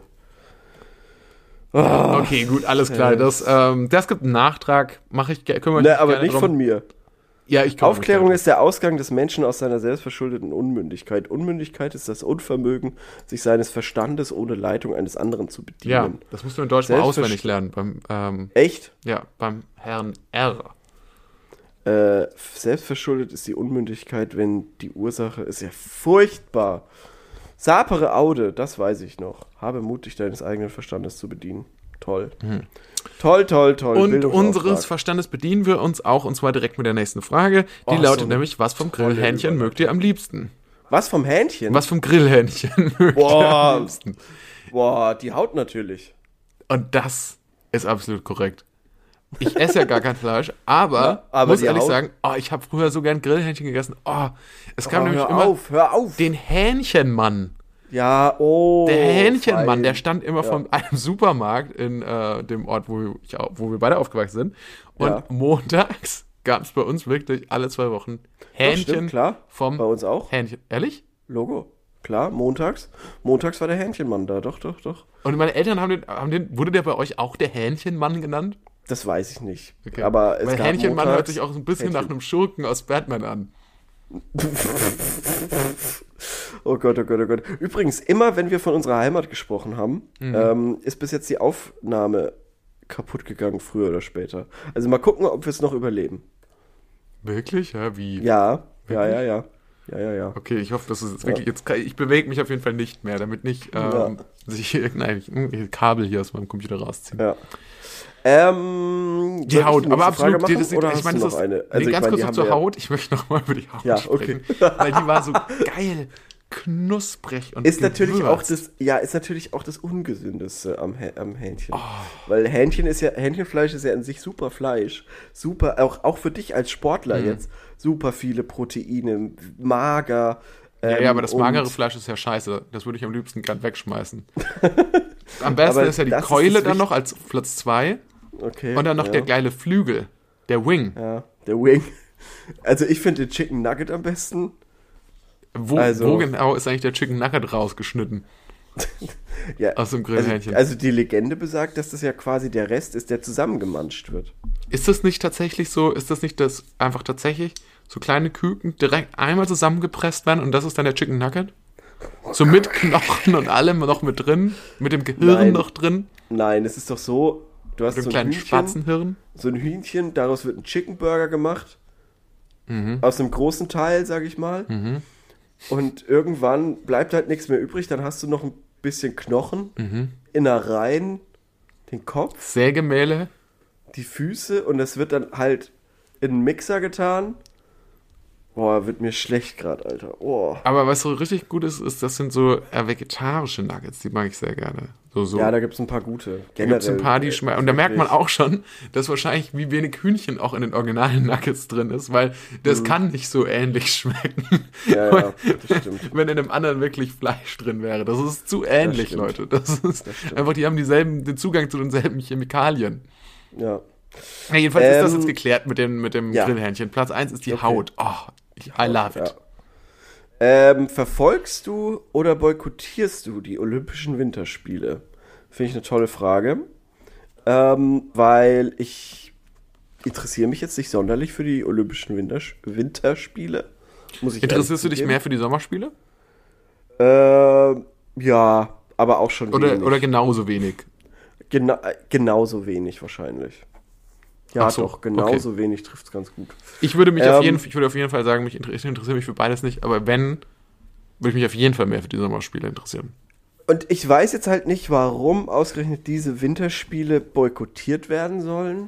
Oh, Okay, gut, alles klar. Das, ähm, das gibt einen Nachtrag. Mache ich, ge- kümmere ich ne, mich aber gerne nicht drum. von mir. Ja, ich kümmere mich Aufklärung gerne ist der Ausgang des Menschen aus seiner selbstverschuldeten Unmündigkeit. Unmündigkeit ist das Unvermögen, sich seines Verstandes ohne Leitung eines anderen zu drum. Ja, bedienen. das musst du in Deutsch mal Selbstversch- auswendig lernen. Beim, ähm, Echt? ja, beim Herrn R. Äh, selbstverschuldet ist die Unmündigkeit, wenn die Ursache ist ja furchtbar. Sapere Aude, das weiß ich noch. Habe Mut, dich deines eigenen Verstandes zu bedienen. Toll. Toll, toll, toll. Und Bildungsauftrag. unseres Verstandes bedienen wir uns auch, und zwar direkt mit der nächsten Frage. Die Oh, lautet so nämlich, was vom tolle Grillhähnchen Überleitung. mögt ihr am liebsten? Was vom Hähnchen? Was vom Grillhähnchen mögt ihr Boah. am liebsten? Boah, die Haut natürlich. Und das ist absolut korrekt. Ich esse ja gar kein Fleisch, aber, Ja, aber muss die ehrlich Haut- sagen, oh, ich habe früher so gern Grillhähnchen gegessen. Oh, es kam Oh, nämlich hör immer auf, hör auf. den Hähnchenmann. Ja, oh. Der Hähnchenmann, fein. der stand immer Ja. von einem Supermarkt in äh, dem Ort, wo, ich, au- wo wir beide aufgewachsen sind. Und Ja. montags gab es bei uns wirklich alle zwei Wochen Doch, Hähnchen stimmt, klar. vom Bei uns auch. Hähnchen. Ehrlich? Logo. Klar, montags. Montags war der Hähnchenmann da. Doch, doch, doch. Und meine Eltern haben den, haben den, wurde der bei euch auch der Hähnchenmann genannt? Das weiß ich nicht. Okay. Aber es Weil gab Hähnchenmann montags hört sich auch so ein bisschen Hähnchen- nach einem Schurken aus Batman an. Oh Gott, oh Gott, oh Gott. Übrigens, immer wenn wir von unserer Heimat gesprochen haben, Mhm. ähm, ist bis jetzt die Aufnahme kaputt gegangen, früher oder später. Also mal gucken, ob wir es noch überleben. Wirklich? Ja, wie? Ja, ja, Wirklich? ja, ja. Ja, ja, ja. Okay, ich hoffe, dass es jetzt Ja. wirklich, jetzt kann, ich bewege mich auf jeden Fall nicht mehr, damit nicht ähm, Ja. sich irgendein irgendwelche Kabel hier aus meinem Computer rausziehen. Ja. Ähm, Die soll ich Haut, nächste aber Frage absolut, machen, die, das, oder ich hast meine, du das noch ist, eine? nee, Also ich ganz meine, kurz die noch haben zur wir- Haut, ich möchte nochmal über die Haut Ja, sprechen, okay. weil die war so geil, knusprig und Ist natürlich auch gewürzt. das, ja, ist natürlich auch das Ungesündeste am, Hä- am Hähnchen. Oh. Weil Hähnchen ist ja, Hähnchenfleisch ist ja an sich super Fleisch. Super, auch, auch für dich als Sportler Mhm. jetzt, super viele Proteine, mager. Ja, ähm, ja, aber das und- magere Fleisch ist ja scheiße. Das würde ich am liebsten gern wegschmeißen. Am besten Aber ist ja die das ist Keule das dann Wicht- noch als Platz zwei Okay. und dann noch ja. der geile Flügel, der Wing. Ja, der Wing. Also ich finde den Chicken Nugget am besten. Wo, Also- wo genau ist eigentlich der Chicken Nugget rausgeschnitten? Ja, Aus dem also, Grillhähnchen. also die Legende besagt, dass das ja quasi der Rest ist, der zusammengemanscht wird. Ist das nicht tatsächlich so, ist das nicht das einfach tatsächlich so kleine Küken direkt einmal zusammengepresst werden und das ist dann der Chicken Nugget? So mit Knochen und allem noch mit drin, mit dem Gehirn Nein. noch drin, Nein, es ist doch so, du hast mit dem so ein kleinen Hühnchen, Spatzenhirn. so ein Hühnchen, daraus wird ein Chicken Burger gemacht. Mhm. Aus einem großen Teil, sag ich mal. Mhm. Und irgendwann bleibt halt nichts mehr übrig, dann hast du noch ein bisschen Knochen, Mhm. Innereien, den Kopf, Sägemehle. die Füße und das wird dann halt in einen Mixer getan. Boah, wird mir schlecht gerade, Alter. Oh. Aber was so richtig gut ist, ist, das sind so äh, vegetarische Nuggets, die mag ich sehr gerne. So, so. Ja, da gibt's ein paar gute. Da gibt es ein paar, die äh, schmecken. Und da merkt man wirklich. auch schon, dass wahrscheinlich wie wenig Hühnchen auch in den originalen Nuggets drin ist, weil das kann nicht so ähnlich schmecken. Mhm. Ja, ja, das stimmt. Wenn in dem anderen wirklich Fleisch drin wäre. Das ist zu ähnlich, stimmt. Leute. Das ist stimmt. einfach, die haben dieselben, den Zugang zu denselben Chemikalien. Ja. Ja, jedenfalls ist das Ähm, jetzt geklärt mit dem, mit dem ja. Grillhähnchen. Platz eins ist die Okay. Haut. Oh, ich, I love it. Ja. Ähm, verfolgst du oder boykottierst du die Olympischen Winterspiele? Finde ich eine tolle Frage. Ähm, weil ich interessiere mich jetzt nicht sonderlich für die Olympischen Wintersch- Winterspiele. Muss ich Interessierst du ehrlich dich mehr für die Sommerspiele? zugeben. Ähm, ja, aber auch schon Oder, wenig. oder genauso wenig? Gena äh, genauso wenig wahrscheinlich. Ja, Ach so, doch, genauso wenig trifft es ganz gut. Ich würde mich auf Ähm, jeden, ich würde auf jeden Fall sagen, mich inter- ich interessiere mich für beides nicht, aber wenn, würde ich mich auf jeden Fall mehr für die Sommerspiele interessieren. Und ich weiß jetzt halt nicht, warum ausgerechnet diese Winterspiele boykottiert werden sollen.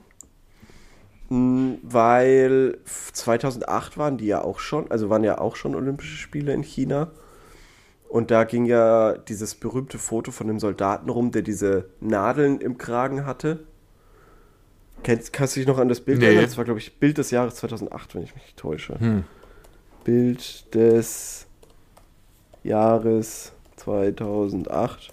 Hm, Weil zweitausendacht waren die ja auch schon, also waren ja auch schon Olympische Spiele in China. Und da ging ja dieses berühmte Foto von dem Soldaten rum, der diese Nadeln im Kragen hatte. Kennst, kannst du dich noch an das Bild Nee. erinnern? Das war, glaube ich, Bild des Jahres zweitausendacht, wenn ich mich nicht täusche. Hm. Bild des Jahres zweitausendacht.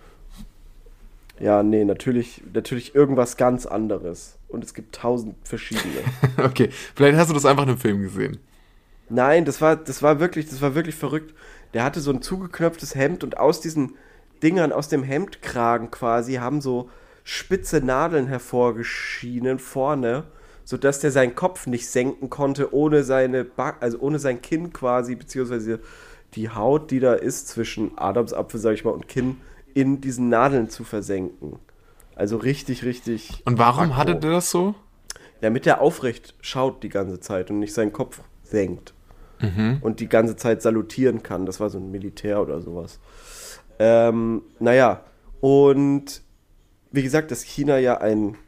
Ja, nee, natürlich, natürlich irgendwas ganz anderes. Und es gibt tausend verschiedene. Okay, vielleicht hast du das einfach in einem Film gesehen. Nein, das war, das war wirklich, das war wirklich verrückt. Der hatte so ein zugeknöpftes Hemd und aus diesen Dingern, aus dem Hemdkragen quasi, haben so spitze Nadeln hervorgeschienen vorne, sodass der seinen Kopf nicht senken konnte, ohne seine Back, also ohne sein Kinn quasi, beziehungsweise die Haut, die da ist zwischen Adamsapfel, sag ich mal, und Kinn, in diesen Nadeln zu versenken. Also richtig, richtig. Und warum aggro. hatte der das so? Damit er aufrecht schaut die ganze Zeit und nicht seinen Kopf senkt. Mhm. Und die ganze Zeit salutieren kann. Das war so ein Militär oder sowas. Ähm, naja, und wie gesagt, dass China ja ein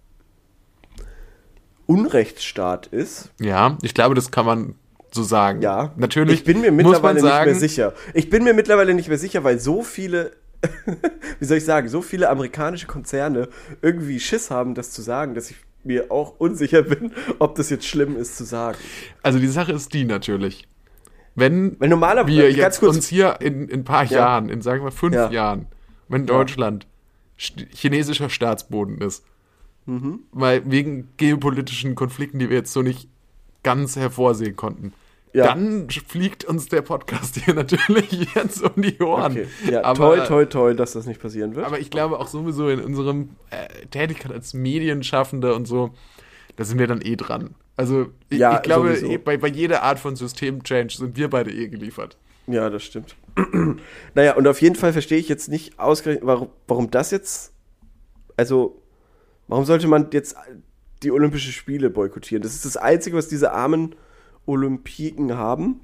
Unrechtsstaat ist. Ja, ich glaube, das kann man so sagen. Ja, Natürlich Ich bin mir muss man mittlerweile sagen, nicht mehr sicher. Ich bin mir mittlerweile nicht mehr sicher, weil so viele, wie soll ich sagen, so viele amerikanische Konzerne irgendwie Schiss haben, das zu sagen, dass ich mir auch unsicher bin, ob das jetzt schlimm ist zu sagen. also die Sache ist die natürlich. Wenn Weil normalerweise, wir ganz jetzt kurz- uns hier in, in ein paar Ja. Jahren, in sagen wir fünf Ja. Jahren, wenn Deutschland st- chinesischer Staatsboden ist, Mhm. weil wegen geopolitischen Konflikten, die wir jetzt so nicht ganz hervorsehen konnten, Ja. dann fliegt uns der Podcast hier natürlich jetzt um die Ohren. Okay. Ja, aber, toi, toi, toi, dass das nicht passieren wird. aber ich glaube auch sowieso in unserem äh, Tätigkeit als Medienschaffende und so, da sind wir dann eh dran. Also ich, Ja, ich glaube, sowieso. eh, bei, bei jeder Art von System-Change sind wir beide eh geliefert. Ja, das stimmt. Naja, und auf jeden Fall verstehe ich jetzt nicht ausgerechnet, warum, warum das jetzt, also, warum sollte man jetzt die Olympischen Spiele boykottieren? Das ist das Einzige, was diese armen Olympiken haben.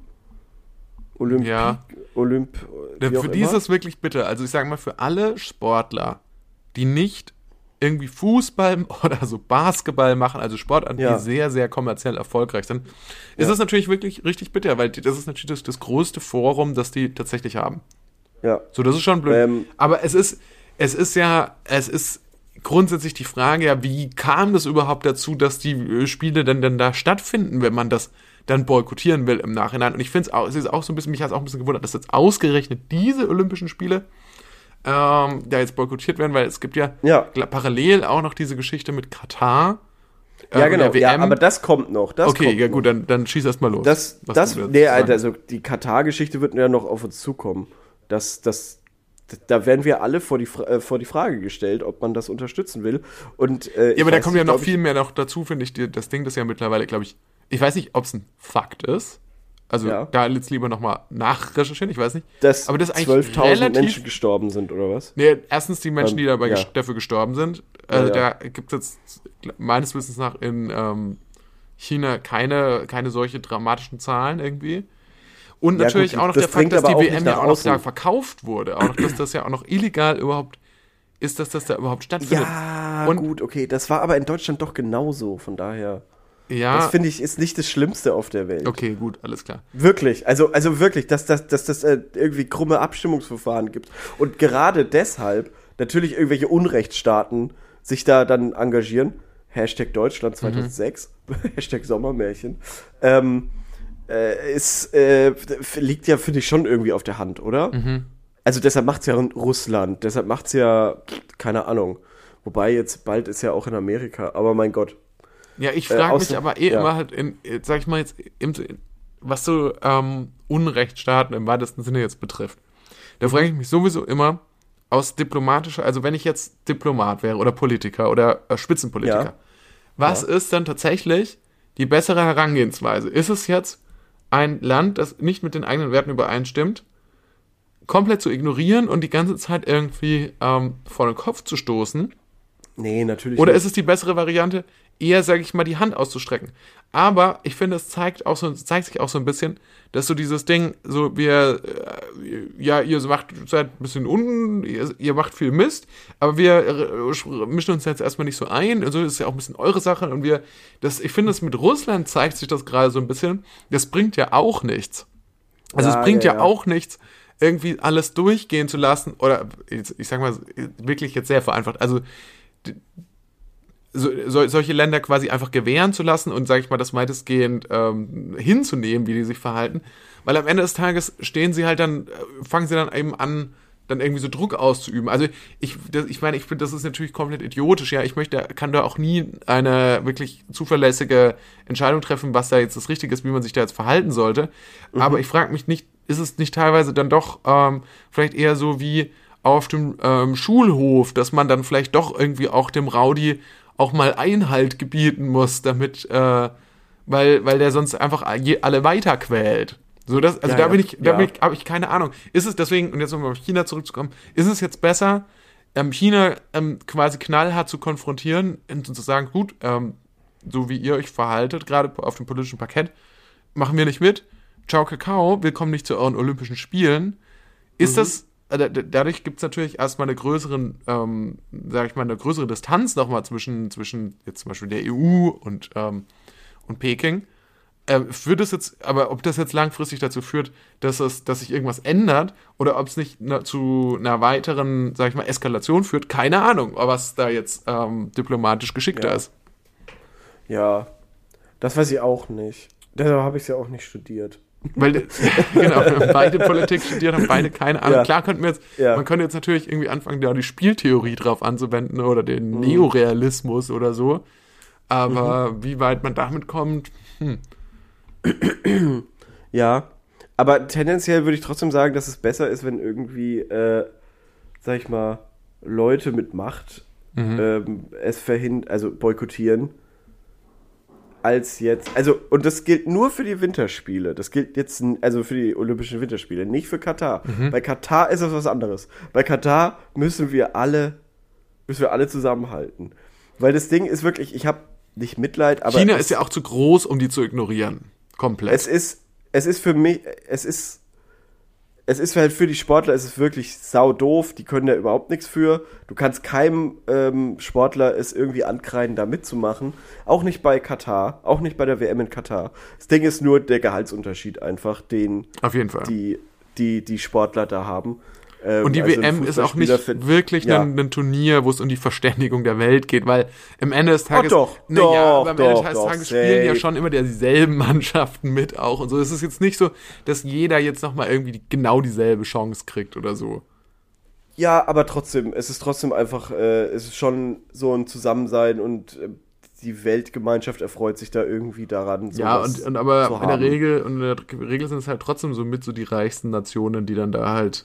Olymp Ja. Olymp wie Für auch die immer. ist es wirklich bitter. Also ich sage mal, für alle Sportler, die nicht irgendwie Fußball oder so Basketball machen, also Sportarten, Ja. die sehr, sehr kommerziell erfolgreich sind, ist Ja. es natürlich wirklich richtig bitter, weil die, das ist natürlich das, das größte Forum, das die tatsächlich haben. Ja. So, das ist schon blöd. Ähm, Aber es ist, es ist ja, es ist grundsätzlich die Frage, ja, wie kam das überhaupt dazu, dass die äh, Spiele denn, denn da stattfinden, wenn man das dann boykottieren will im Nachhinein. Und ich finde es auch, es ist auch so ein bisschen, mich hat es auch ein bisschen gewundert, dass jetzt ausgerechnet diese Olympischen Spiele ähm, da jetzt boykottiert werden, weil es gibt ja, Ja. gla- parallel auch noch diese Geschichte mit Katar. äh, Ja, und genau. der Ja, W M. aber das kommt noch. Das okay, kommt ja noch. gut, dann, dann schieß erst mal los. Das, was das, du dazu nee, sagen also die Katar-Geschichte wird ja noch auf uns zukommen. Das, das, da werden wir alle vor die, Fra- äh, vor die Frage gestellt, ob man das unterstützen will. Und, äh, ich Ja, aber da weiß kommt ja nicht, noch glaub ich- viel mehr noch dazu, finde ich. Die- Das Ding, das ja mittlerweile, glaube ich, ich weiß nicht, ob es ein Fakt ist. Also Ja. da jetzt lieber nochmal nachrecherchieren, ich weiß nicht. dass aber das ist eigentlich zwölftausend relativ- Menschen gestorben sind, oder was? Nee, erstens die Menschen, Ähm, die dabei ja. ges- dafür gestorben sind. Ja, Also ja. da gibt es jetzt meines Wissens nach in ähm, China keine, keine solche dramatischen Zahlen irgendwie. Und Ja, natürlich gut, auch noch das der Fakt, dringt dass aber die auch W nicht M nach ja auch noch außen. da verkauft wurde. Auch noch, dass das ja auch noch illegal überhaupt ist, dass das da überhaupt stattfindet. Ja, Und- gut, okay. Das war aber in Deutschland doch genauso, von daher. Ja, Das finde ich ist nicht das Schlimmste auf der Welt. okay, gut, alles klar. Wirklich, also, also wirklich, dass das dass, dass, äh, irgendwie krumme Abstimmungsverfahren gibt. Und gerade deshalb natürlich irgendwelche Unrechtsstaaten sich da dann engagieren. Hashtag Deutschland zweitausendsechs, Hashtag Sommermärchen. Ähm, äh, ist, äh, f- liegt ja, finde ich, schon irgendwie auf der Hand, oder? Also deshalb macht's ja Russland, deshalb macht's ja, keine Ahnung. Wobei jetzt bald ist ja auch in Amerika, aber mein Gott. Ja, ich Äh, frage mich außer- aber eh ja. immer halt, in, äh, sag ich mal jetzt, im, was so ähm, Unrechtsstaaten im weitesten Sinne jetzt betrifft. Da frage ich mich sowieso immer aus diplomatischer, also wenn ich jetzt Diplomat wäre oder Politiker oder äh, Spitzenpolitiker, Ja. was ist dann tatsächlich die bessere Herangehensweise? Ist es jetzt ein Land, das nicht mit den eigenen Werten übereinstimmt, komplett zu ignorieren und die ganze Zeit irgendwie ähm, vor den Kopf zu stoßen? Nee, natürlich Oder nicht. ist es die bessere Variante, eher, sage ich mal, die Hand auszustrecken? Aber ich finde, es zeigt auch so, es zeigt sich auch so ein bisschen, dass so dieses Ding, so wir, äh, ja, ihr macht seid ein bisschen un, ihr, ihr macht viel Mist, aber wir äh, mischen uns jetzt erstmal nicht so ein. Also ist ja auch ein bisschen eure Sache und wir, das, ich finde, das mit Russland zeigt sich das gerade so ein bisschen. Das bringt ja auch nichts. Also Ja, es bringt ja, ja, ja. auch nichts, irgendwie alles durchgehen zu lassen oder ich, ich sag mal wirklich jetzt sehr vereinfacht. Also so, so, solche Länder quasi einfach gewähren zu lassen und, sage ich mal, das weitestgehend ähm, hinzunehmen, wie die sich verhalten. Weil am Ende des Tages stehen sie halt dann, äh, fangen sie dann eben an, dann irgendwie so Druck auszuüben. Also ich, das, ich meine, ich finde, das ist natürlich komplett idiotisch. Ja, ich möchte, kann da auch nie eine wirklich zuverlässige Entscheidung treffen, was da jetzt das Richtige ist, wie man sich da jetzt verhalten sollte. Mhm. Aber ich frage mich nicht, ist es nicht teilweise dann doch ähm, vielleicht eher so wie auf dem ähm, Schulhof, dass man dann vielleicht doch irgendwie auch dem Rowdy auch mal Einhalt gebieten muss, damit, äh, weil, weil der sonst einfach je, alle weiter quält. So, das, also Ja, da ja. bin ich, da Ja. bin ich, habe ich keine Ahnung. Ist es deswegen, und jetzt um auf China zurückzukommen, ist es jetzt besser, ähm, China ähm, quasi knallhart zu konfrontieren und zu sagen, gut, ähm, so wie ihr euch verhaltet, gerade auf dem politischen Parkett, machen wir nicht mit. Ciao, Kakao, wir kommen nicht zu euren Olympischen Spielen. Ist das, äh, d- dadurch gibt es natürlich erstmal eine größeren, ähm, sag ich mal, eine größere Distanz nochmal zwischen, zwischen jetzt zum Beispiel der E U und, ähm, und Peking. Ähm, führt es jetzt, aber ob das jetzt langfristig dazu führt, dass es, dass sich irgendwas ändert oder ob es nicht na, zu einer weiteren, sag ich mal, Eskalation führt, keine Ahnung, was da jetzt ähm, diplomatisch geschickter Ja. ist. Ja, das weiß ich auch nicht. Deshalb habe ich es ja auch nicht studiert. Weil, genau, wir haben beide Politik studiert, haben beide keine Ahnung. Ja. Klar könnten wir jetzt, Ja. man könnte jetzt natürlich irgendwie anfangen, da die Spieltheorie drauf anzuwenden oder den Mhm. Neorealismus oder so. Aber wie weit man damit kommt, hm. Ja, aber tendenziell würde ich trotzdem sagen, dass es besser ist, wenn irgendwie, äh, sag ich mal, Leute mit Macht Mhm. ähm, es verhindern, also boykottieren, als jetzt, also, und das gilt nur für die Winterspiele. Das gilt jetzt, n- also für die Olympischen Winterspiele, nicht für Katar. Mhm. Bei Katar ist das was anderes. Bei Katar müssen wir alle, müssen wir alle zusammenhalten. Weil das Ding ist wirklich, ich habe nicht Mitleid, aber China es, ist ja auch zu groß, um die zu ignorieren. Komplett. es ist, es ist für mich, es ist, es ist halt für die Sportler, es ist wirklich sau doof, die können da überhaupt nichts für. Du kannst keinem ähm, Sportler es irgendwie ankreiden, da mitzumachen. Auch nicht bei Katar, auch nicht bei der W M in Katar. Das Ding ist nur der Gehaltsunterschied einfach, den Auf jeden Fall. die, die, die Sportler da haben. Ähm, Und die also ein W M ist auch nicht Fußballspieler für- wirklich Ja. ein, ein Turnier, wo es um die Verständigung der Welt geht, weil am Ende des Tages, Oh, doch, na ja, doch, aber am Ende doch, des doch, Tages spielen ja safe. schon immer dieselben Mannschaften mit auch und so. Es ist jetzt nicht so, dass jeder jetzt nochmal irgendwie die, genau dieselbe Chance kriegt oder so. Ja, aber trotzdem, es ist trotzdem einfach, äh, es ist schon so ein Zusammensein und äh, die Weltgemeinschaft erfreut sich da irgendwie daran. Ja, sowas und, und aber zu in der haben. Regel, und in der Regel sind es halt trotzdem so mit so die reichsten Nationen, die dann da halt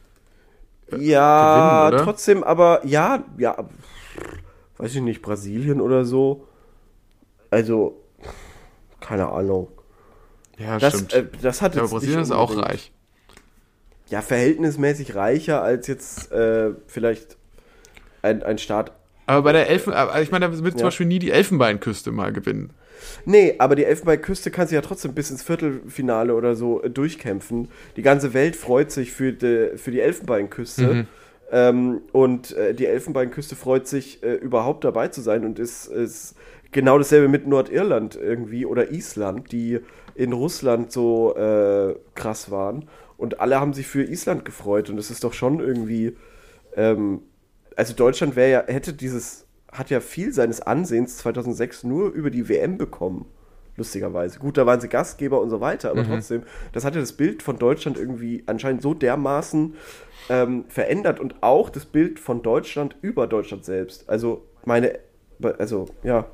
Ja, gewinnen, oder? trotzdem, aber ja, ja, weiß ich nicht, Brasilien oder so. Also, keine Ahnung. ja, Das, stimmt. äh, das hat Ja, jetzt aber Brasilien nicht ist auch unbedingt- reich. Ja, verhältnismäßig reicher als jetzt äh, vielleicht ein, ein Staat. Aber bei der Elfen, aber ich meine, da wird zum Ja. Beispiel nie die Elfenbeinküste mal gewinnen. Nee, aber die Elfenbeinküste kann sich ja trotzdem bis ins Viertelfinale oder so äh, durchkämpfen. Die ganze Welt freut sich für die, für die Elfenbeinküste. Mhm. Ähm, und äh, die Elfenbeinküste freut sich, äh, überhaupt dabei zu sein und ist, ist genau dasselbe mit Nordirland irgendwie oder Island, die in Russland so äh, krass waren. Und alle haben sich für Island gefreut und es ist doch schon irgendwie, ähm, also Deutschland wäre ja, hätte dieses, hat ja viel seines Ansehens zweitausendsechs nur über die W M bekommen, lustigerweise. Gut, da waren sie Gastgeber und so weiter, aber Mhm. trotzdem, das hat ja das Bild von Deutschland irgendwie anscheinend so dermaßen ähm, verändert und auch das Bild von Deutschland über Deutschland selbst. Also meine, also ja,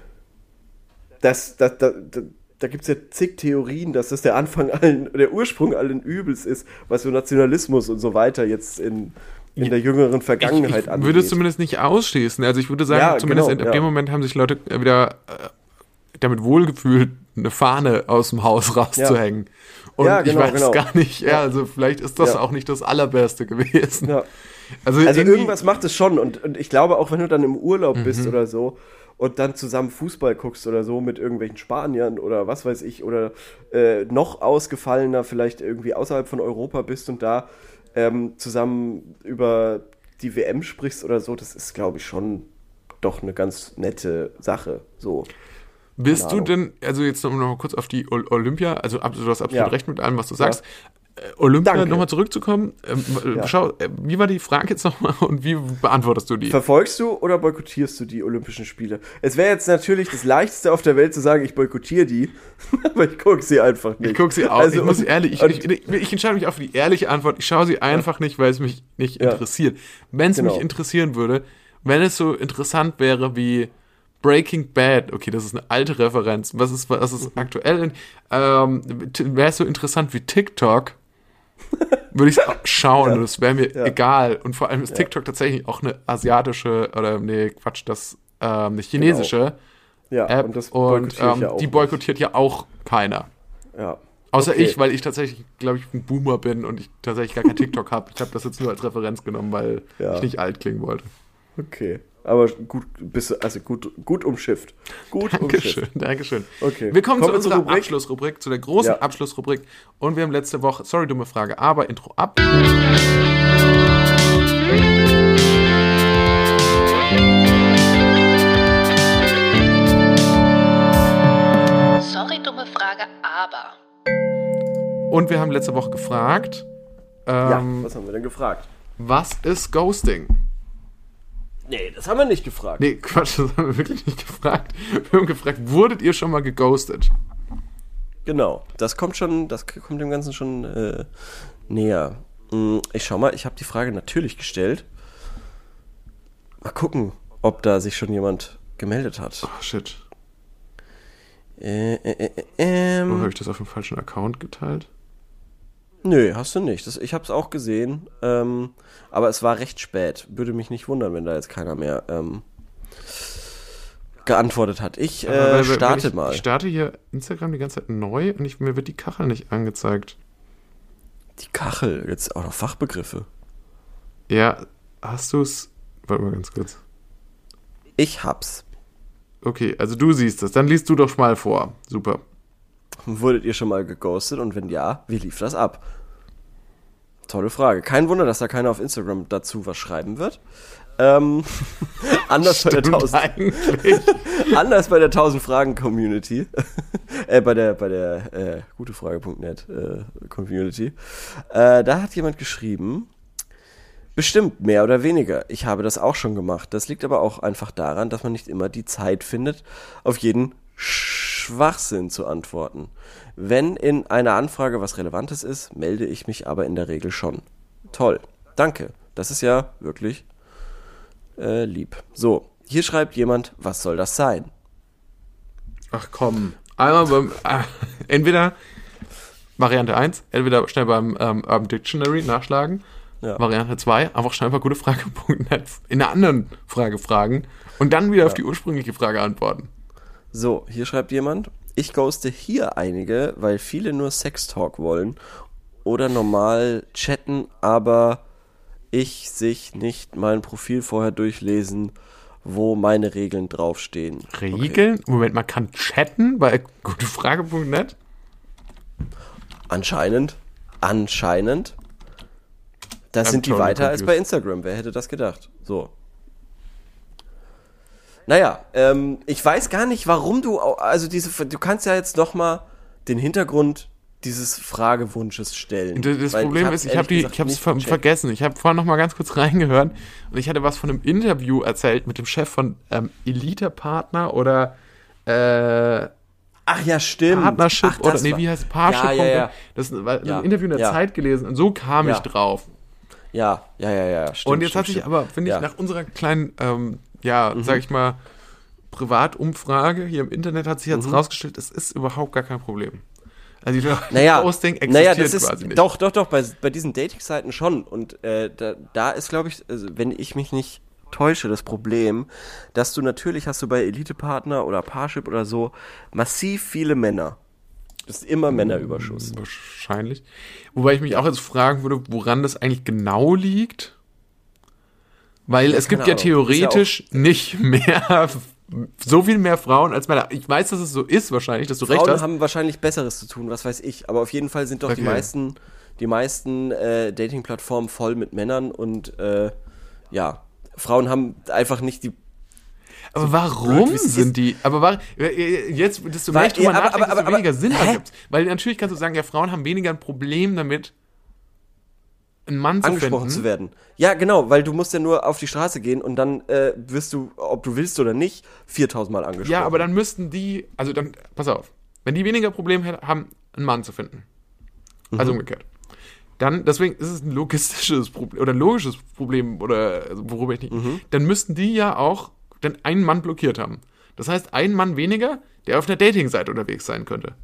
das, das, das, das da gibt es ja zig Theorien, dass das der Anfang allen, der Ursprung allen Übels ist, was so Nationalismus und so weiter jetzt in, in der jüngeren Vergangenheit ich, ich angeht. würde es zumindest nicht ausschließen. Also ich würde sagen, Ja, zumindest genau, in, ab ja. dem Moment haben sich Leute äh, wieder äh, damit wohlgefühlt, eine Fahne aus dem Haus rauszuhängen. Und Ja, genau, ich weiß genau. gar nicht, ja, Ja. also vielleicht ist das Ja. auch nicht das Allerbeste gewesen. Ja. Also, Also irgendwie- irgendwas macht es schon und, und ich glaube auch, wenn du dann im Urlaub Mhm. bist oder so und dann zusammen Fußball guckst oder so mit irgendwelchen Spaniern oder was weiß ich oder äh, noch ausgefallener vielleicht irgendwie außerhalb von Europa bist und da ähm, zusammen über die W M sprichst oder so, das ist, glaube ich, schon doch eine ganz nette Sache. So. Bist Keine du Ahnung. denn, also jetzt noch mal kurz auf die Ol- Olympia, also ab- du hast absolut Ja. recht mit allem, was du sagst. Äh, Olympia, Danke. nochmal zurückzukommen. Ähm, Ja. Schau, äh, wie war die Frage jetzt nochmal und wie beantwortest du die? Verfolgst du oder boykottierst du die Olympischen Spiele? Es wäre jetzt natürlich das Leichteste auf der Welt zu sagen, ich boykottiere die, aber ich gucke sie einfach nicht. Ich gucke sie auch. Also, ich muss und- ehrlich, ich, und- ich, ich, ich entscheide mich auch für die ehrliche Antwort. Ich schaue sie einfach nicht, weil es mich nicht Ja. interessiert. Wenn es Genau. mich interessieren würde, wenn es so interessant wäre wie Breaking Bad, okay, das ist eine alte Referenz, was ist, was ist aktuell, ähm, wäre es so interessant wie TikTok, würde ich schauen Ja. und es wäre mir Ja. egal. Und vor allem ist TikTok tatsächlich auch eine asiatische, oder nee, Quatsch, das, ähm, eine chinesische ja, App und das und, boykottiere ich ähm, ja auch die nicht. boykottiert ja auch keiner. Ja. Außer Okay. ich, weil ich tatsächlich, glaube ich, ein Boomer bin und ich tatsächlich gar kein TikTok habe. Ich habe das jetzt nur als Referenz genommen, weil Ja. ich nicht alt klingen wollte. Okay. Aber gut, bist du, also gut, gut umschifft. Gut Dankeschön, umschifft. Dankeschön. Okay. Wir kommen, Kommen zu wir zur unserer Rubrik? Abschlussrubrik, zu der großen Ja. Abschlussrubrik. Und wir haben letzte Woche, sorry, dumme Frage, aber Intro ab. Sorry, dumme Frage, aber. Und wir haben letzte Woche gefragt, Ja, ähm, was haben wir denn gefragt? was ist Ghosting? Nee, das haben wir nicht gefragt. Nee, Quatsch, das haben wir wirklich nicht gefragt. Wir haben gefragt, wurdet ihr schon mal geghostet? Genau, das kommt schon, das kommt dem Ganzen schon äh, näher. Hm, Ich schau mal, ich habe die Frage natürlich gestellt. Mal gucken, ob da sich schon jemand gemeldet hat. Oh, shit. Äh, äh, äh, Oder ähm, habe ich das auf dem falschen Account geteilt? Nö, hast du nicht. Das, ich habe es auch gesehen, ähm, aber es war recht spät. Würde mich nicht wundern, wenn da jetzt keiner mehr ähm, geantwortet hat. Ich Aber äh, weil- weil starte ich, mal. Ich starte hier Instagram die ganze Zeit neu und ich, mir wird die Kachel nicht angezeigt. Die Kachel, jetzt auch noch Fachbegriffe. Ja, hast du es? Warte mal ganz kurz. Ich hab's. Okay, also du siehst es. Dann liest du doch mal vor. Super. Wurdet ihr schon mal geghostet und wenn ja, wie lief das ab? Tolle Frage. Kein Wunder, dass da keiner auf Instagram dazu was schreiben wird. Ähm, anders, bei der Stimmt tausend, eigentlich. anders bei der tausend Fragen Community. äh, bei der, bei der äh, gutefrage punkt net äh, Community. Äh, da hat jemand geschrieben, bestimmt mehr oder weniger. Ich habe das auch schon gemacht. Das liegt aber auch einfach daran, dass man nicht immer die Zeit findet, auf jeden Schwachsinn zu antworten. Wenn in einer Anfrage was Relevantes ist, melde ich mich aber in der Regel schon. Toll. Danke. Das ist ja wirklich äh, lieb. So, hier schreibt jemand, was soll das sein? Ach komm. Einmal beim, äh, entweder Variante eins, entweder schnell beim ähm, Urban Dictionary nachschlagen. Ja. Variante zwei, einfach schnell bei gutefrage punkt net in einer anderen Frage fragen und dann wieder auf Ja. die ursprüngliche Frage antworten. So, hier schreibt jemand, ich ghoste hier einige, weil viele nur Sextalk wollen oder normal chatten, aber ich sich nicht mein Profil vorher durchlesen, wo meine Regeln draufstehen. Regeln? Moment, man kann chatten bei gutefrage punkt net? Anscheinend, anscheinend. Das I'm sind die totally weiter als confused. bei Instagram. Wer hätte das gedacht? So. Naja, ähm, ich weiß gar nicht, warum du, au- also diese, du kannst ja jetzt noch mal den Hintergrund dieses Fragewunsches stellen. Das, das Weil Problem hab's ist, ich habe ehrlich die, gesagt ich habe es nicht ver gecheckt. vergessen. Ich habe vorhin noch mal ganz kurz reingehört und ich hatte was von einem Interview erzählt mit dem Chef von ähm, Elite-Partner oder äh, Ach ja, stimmt. Partnership Ach, oder das nee, war- wie heißt es? Parship. Ja, ja, ja. Das war Ja, ein Interview in der ja. Zeit gelesen und so kam Ja. ich drauf. Ja, ja, ja, ja, stimmt. Und jetzt stimmt, hat sich stimmt. aber, finde ich, Ja. nach unserer kleinen, ähm, ja, Mhm. sag ich mal, Privatumfrage hier im Internet hat sich jetzt Mhm. rausgestellt, es ist überhaupt gar kein Problem. Also die Naja, Posting existiert naja, das ist, quasi nicht. doch, doch, doch, bei, bei diesen Dating-Seiten schon. Und äh, da, da ist, glaube ich, also, wenn ich mich nicht täusche, das Problem, dass du natürlich hast du bei Elite-Partner oder Parship oder so massiv viele Männer. Das ist immer Männerüberschuss. Wahrscheinlich. Wobei ich mich auch jetzt fragen würde, woran das eigentlich genau liegt. Weil Ja, es gibt keine ja Ahnung. Ist ja theoretisch nicht mehr, so viel mehr Frauen als Männer. Ich weiß, dass es so ist wahrscheinlich, dass du recht Frauen hast. haben wahrscheinlich Besseres zu tun, was weiß ich. Aber auf jeden Fall sind doch die Okay. meisten, die meisten äh, Dating-Plattformen voll mit Männern und äh, ja, Frauen haben einfach nicht die. Aber warum blöd, wie es sind die? Aber war, jetzt, desto Weil- mehr ich drüber ja, aber- nachdenke, aber- desto aber- weniger Sinn hä? ergibt. Weil natürlich kannst du sagen, ja, Frauen haben weniger ein Problem damit, einen Mann zu angesprochen finden. zu werden. Ja, genau, weil du musst ja nur auf die Straße gehen und dann äh, wirst du, ob du willst oder nicht, viertausend Mal angesprochen. Ja, aber dann müssten die, also dann, pass auf, wenn die weniger Probleme hätten- haben, einen Mann zu finden, also umgekehrt, dann, deswegen ist es ein logistisches Problem, oder ein logisches Problem, oder also worüber ich nicht, dann müssten die ja auch dann einen Mann blockiert haben. Das heißt, ein Mann weniger, der auf einer Dating-Seite unterwegs sein könnte.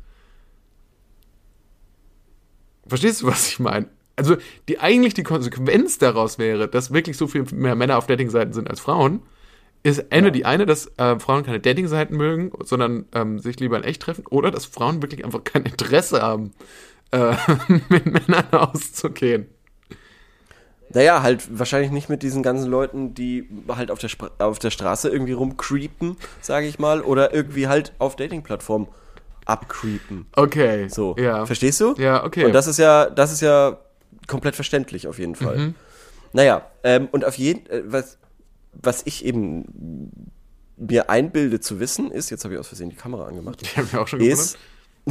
Verstehst du, was ich meine? Also, die eigentlich die Konsequenz daraus wäre, dass wirklich so viel mehr Männer auf Dating-Seiten sind als Frauen, ist entweder die eine, dass äh, Frauen keine Dating-Seiten mögen, sondern ähm, sich lieber in echt treffen, oder dass Frauen wirklich einfach kein Interesse haben, äh, mit Männern auszugehen. Naja, halt wahrscheinlich nicht mit diesen ganzen Leuten, die halt auf der, Spra- auf der Straße irgendwie rumcreepen, sage ich mal, oder irgendwie halt auf Dating-Plattformen abcreepen. Okay. So, Ja. verstehst du? Ja, okay. Und das ist ja, das ist ja komplett verständlich auf jeden Fall. Mhm. Naja, ähm, und auf jeden, äh, was, was ich eben mir einbilde zu wissen, ist, jetzt habe ich aus Versehen die Kamera angemacht, Ich habe mich auch schon ist,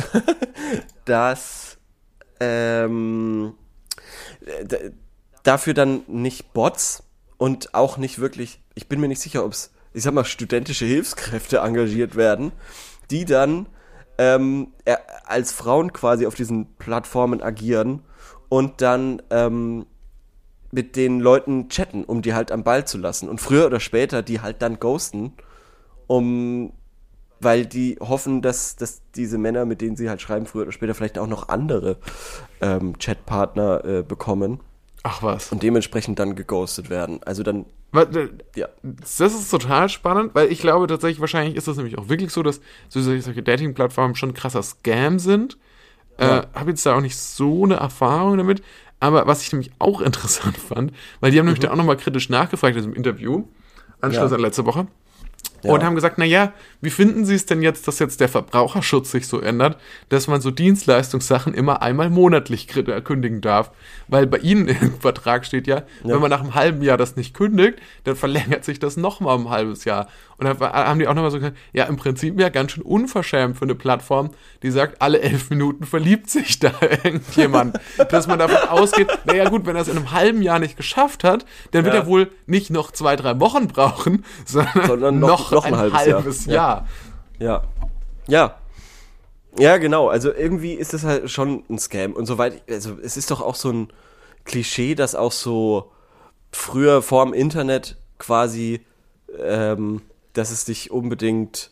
dass ähm, d- dafür dann nicht Bots und auch nicht wirklich, ich bin mir nicht sicher, ob es, ich sag mal, studentische Hilfskräfte engagiert werden, die dann ähm, äh, als Frauen quasi auf diesen Plattformen agieren und dann ähm, mit den Leuten chatten, um die halt am Ball zu lassen. Und früher oder später die halt dann ghosten, um, weil die hoffen, dass, dass diese Männer, mit denen sie halt schreiben, früher oder später vielleicht auch noch andere ähm, Chatpartner äh, bekommen Ach was. und dementsprechend dann geghostet werden. Also dann Ja. Das ist total spannend, weil ich glaube tatsächlich, wahrscheinlich ist das nämlich auch wirklich so, dass solche, solche Dating-Plattformen schon ein krasser Scam sind. Ja. Äh, habe jetzt da auch nicht so eine Erfahrung damit. Aber was ich nämlich auch interessant fand, weil die haben nämlich Mhm. da auch nochmal kritisch nachgefragt in diesem Interview, Anschluss Ja. an letzte Woche. Ja. Und haben gesagt, naja, wie finden Sie es denn jetzt, dass jetzt der Verbraucherschutz sich so ändert, dass man so Dienstleistungssachen immer einmal monatlich kri- kündigen darf? Weil bei Ihnen im Vertrag steht ja, Ja. wenn man nach einem halben Jahr das nicht kündigt, dann verlängert sich das nochmal um ein halbes Jahr. Und dann war- haben die auch nochmal so gesagt, ja, im Prinzip ja ganz schön unverschämt für eine Plattform, die sagt, alle elf Minuten verliebt sich da irgendjemand. Dass man davon ausgeht, naja gut, wenn er es in einem halben Jahr nicht geschafft hat, dann wird Ja. er wohl nicht noch zwei, drei Wochen brauchen, sondern, Sondern noch- noch, noch ein ein halbes halbes, Jahr. Jahr. Ja. Ja. Ja, genau. Also irgendwie ist das halt schon ein Scam. Und soweit, also es ist doch auch so ein Klischee, dass auch so früher vor dem Internet quasi, ähm, dass es dich unbedingt,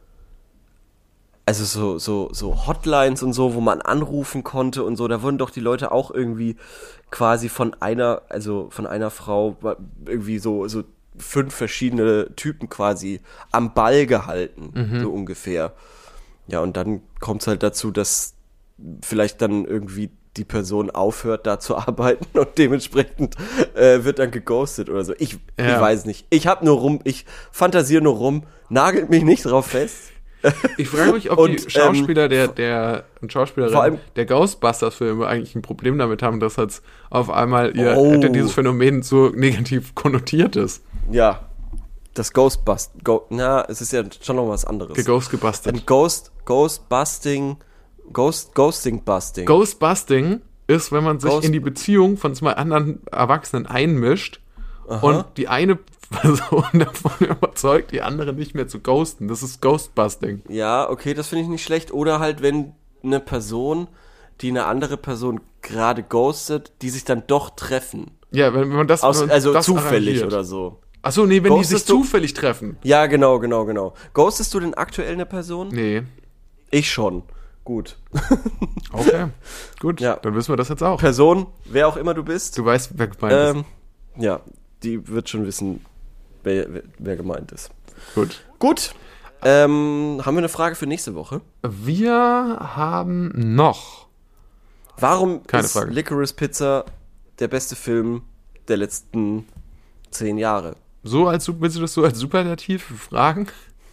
also so, so, so Hotlines und so, wo man anrufen konnte und so, da wurden doch die Leute auch irgendwie quasi von einer, also von einer Frau irgendwie so, so fünf verschiedene Typen quasi am Ball gehalten, so ungefähr. Ja, und dann kommt es halt dazu, dass vielleicht dann irgendwie die Person aufhört, da zu arbeiten und dementsprechend äh, wird dann geghostet oder so. Ich, Ja. ich weiß nicht. Ich hab nur rum, ich fantasiere nur rum, nagelt mich nicht drauf fest. Ich frage mich, ob Und, die Schauspieler der, der, und vor Schauspielerinnen allem- der Ghostbusters-Filme eigentlich ein Problem damit haben, dass jetzt auf einmal ihr, Oh. dieses Phänomen so negativ konnotiert ist. Ja, das Ghostbust, Go, na, es ist ja schon noch was anderes. Geghost-gebustet. Ein Ghost, Ghostbusting, Ghost, Ghosting-Busting. Ghostbusting ist, wenn man sich Ghost- in die Beziehung von zwei anderen Erwachsenen einmischt und die eine Person davon überzeugt, die andere nicht mehr zu ghosten. Das ist Ghostbusting. Ja, okay, das finde ich nicht schlecht. Oder halt, wenn eine Person, die eine andere Person gerade ghostet, die sich dann doch treffen. Ja, wenn, wenn man das, Aus, wenn man also das zufällig arrangiert. oder so. Achso, nee, wenn die sich Ghostest du- zufällig treffen. Ja, genau, genau, genau. Ghostest du denn aktuell eine Person? Nee. Ich schon. Gut. Okay. Gut, Ja. dann wissen wir das jetzt auch. Person, wer auch immer du bist, Du weißt, wer gemeint ist. ähm, ja, die wird schon wissen, wer, wer, wer gemeint ist. Gut. Gut. Ähm, haben wir eine Frage für nächste Woche? Wir haben noch. Warum Keine ist Frage. Licorice Pizza der beste Film der letzten zehn Jahre? So als willst du das so als Superlativ fragen?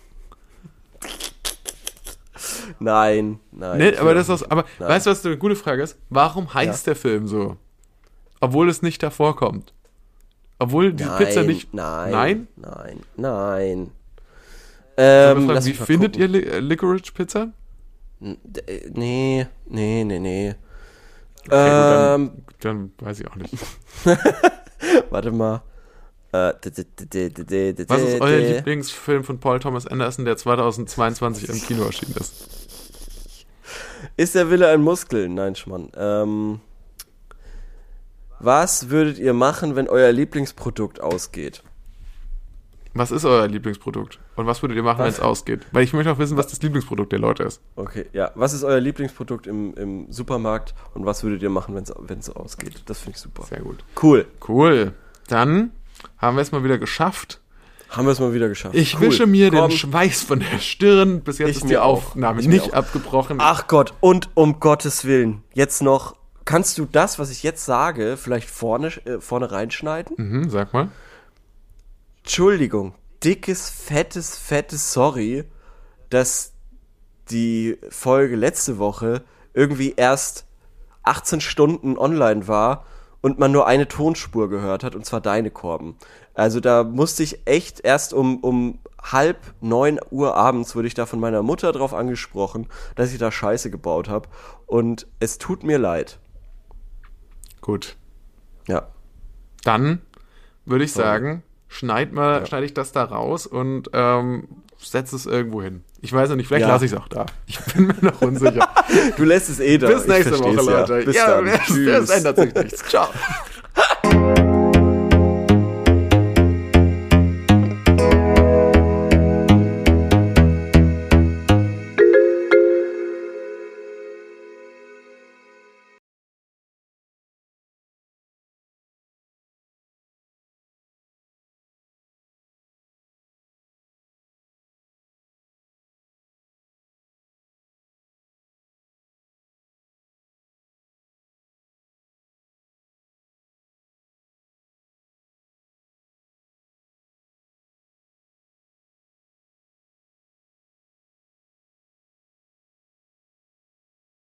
Nein, nein. Nee, ich aber will das auch ist, aber Nein. weißt du, was eine gute Frage ist? Warum heißt der Film so? Obwohl es nicht davor kommt. Obwohl die Nein, Pizza nicht. Nein, Nein? nein, nein. Sollen wir Ähm, fragen, lass wie mich mal findet gucken. ihr Li äh, Licorice Pizza? N- d- äh, Nee, nee, nee, nee. Okay, ähm, gut, dann, dann weiß ich auch nicht. warte mal. Äh, d- d- d- d- d- d- Was ist euer d- Lieblingsfilm von Paul Thomas Anderson, der zweitausendzweiundzwanzig im Kino erschienen ist? Ist der Wille ein Muskel? Nein, Schmann. Ähm, was würdet ihr machen, wenn euer Lieblingsprodukt ausgeht? Was ist euer Lieblingsprodukt? Und was würdet ihr machen, wenn Was? es ausgeht? Weil ich möchte auch wissen, was das Lieblingsprodukt der Leute ist. Okay, ja. Was ist euer Lieblingsprodukt im, im Supermarkt und was würdet ihr machen, wenn es ausgeht? Das finde ich super. Sehr gut. Cool. Cool. Dann haben wir es mal wieder geschafft. Haben wir es mal wieder geschafft. Ich cool. wische mir Komm. den Schweiß von der Stirn. Bis jetzt Ich ist mir die auch. Aufnahme Ich mir nicht auch. abgebrochen. Ach Gott, und um Gottes Willen, jetzt noch, kannst du das, was ich jetzt sage, vielleicht vorne, äh, vorne reinschneiden? Mhm, sag mal. Entschuldigung, dickes, fettes, fettes Sorry, dass die Folge letzte Woche irgendwie erst achtzehn Stunden online war und man nur eine Tonspur gehört hat, und zwar deine, Korben. Also da musste ich echt erst um, um halb neun Uhr abends, wurde ich da von meiner Mutter drauf angesprochen, dass ich da Scheiße gebaut habe. Und es tut mir leid. Gut. Ja. Dann würde ich sagen, schneid mal, schneide ich das da raus und ähm, setze es irgendwo hin. Ich weiß noch nicht, vielleicht Ja. lasse ich es auch da. Ich bin mir noch unsicher. Du lässt es eh da. Bis Ich nächste Woche, versteh's, ja. Leute. Bis ja, dann. es, Tschüss. es ändert sich nichts. Ciao.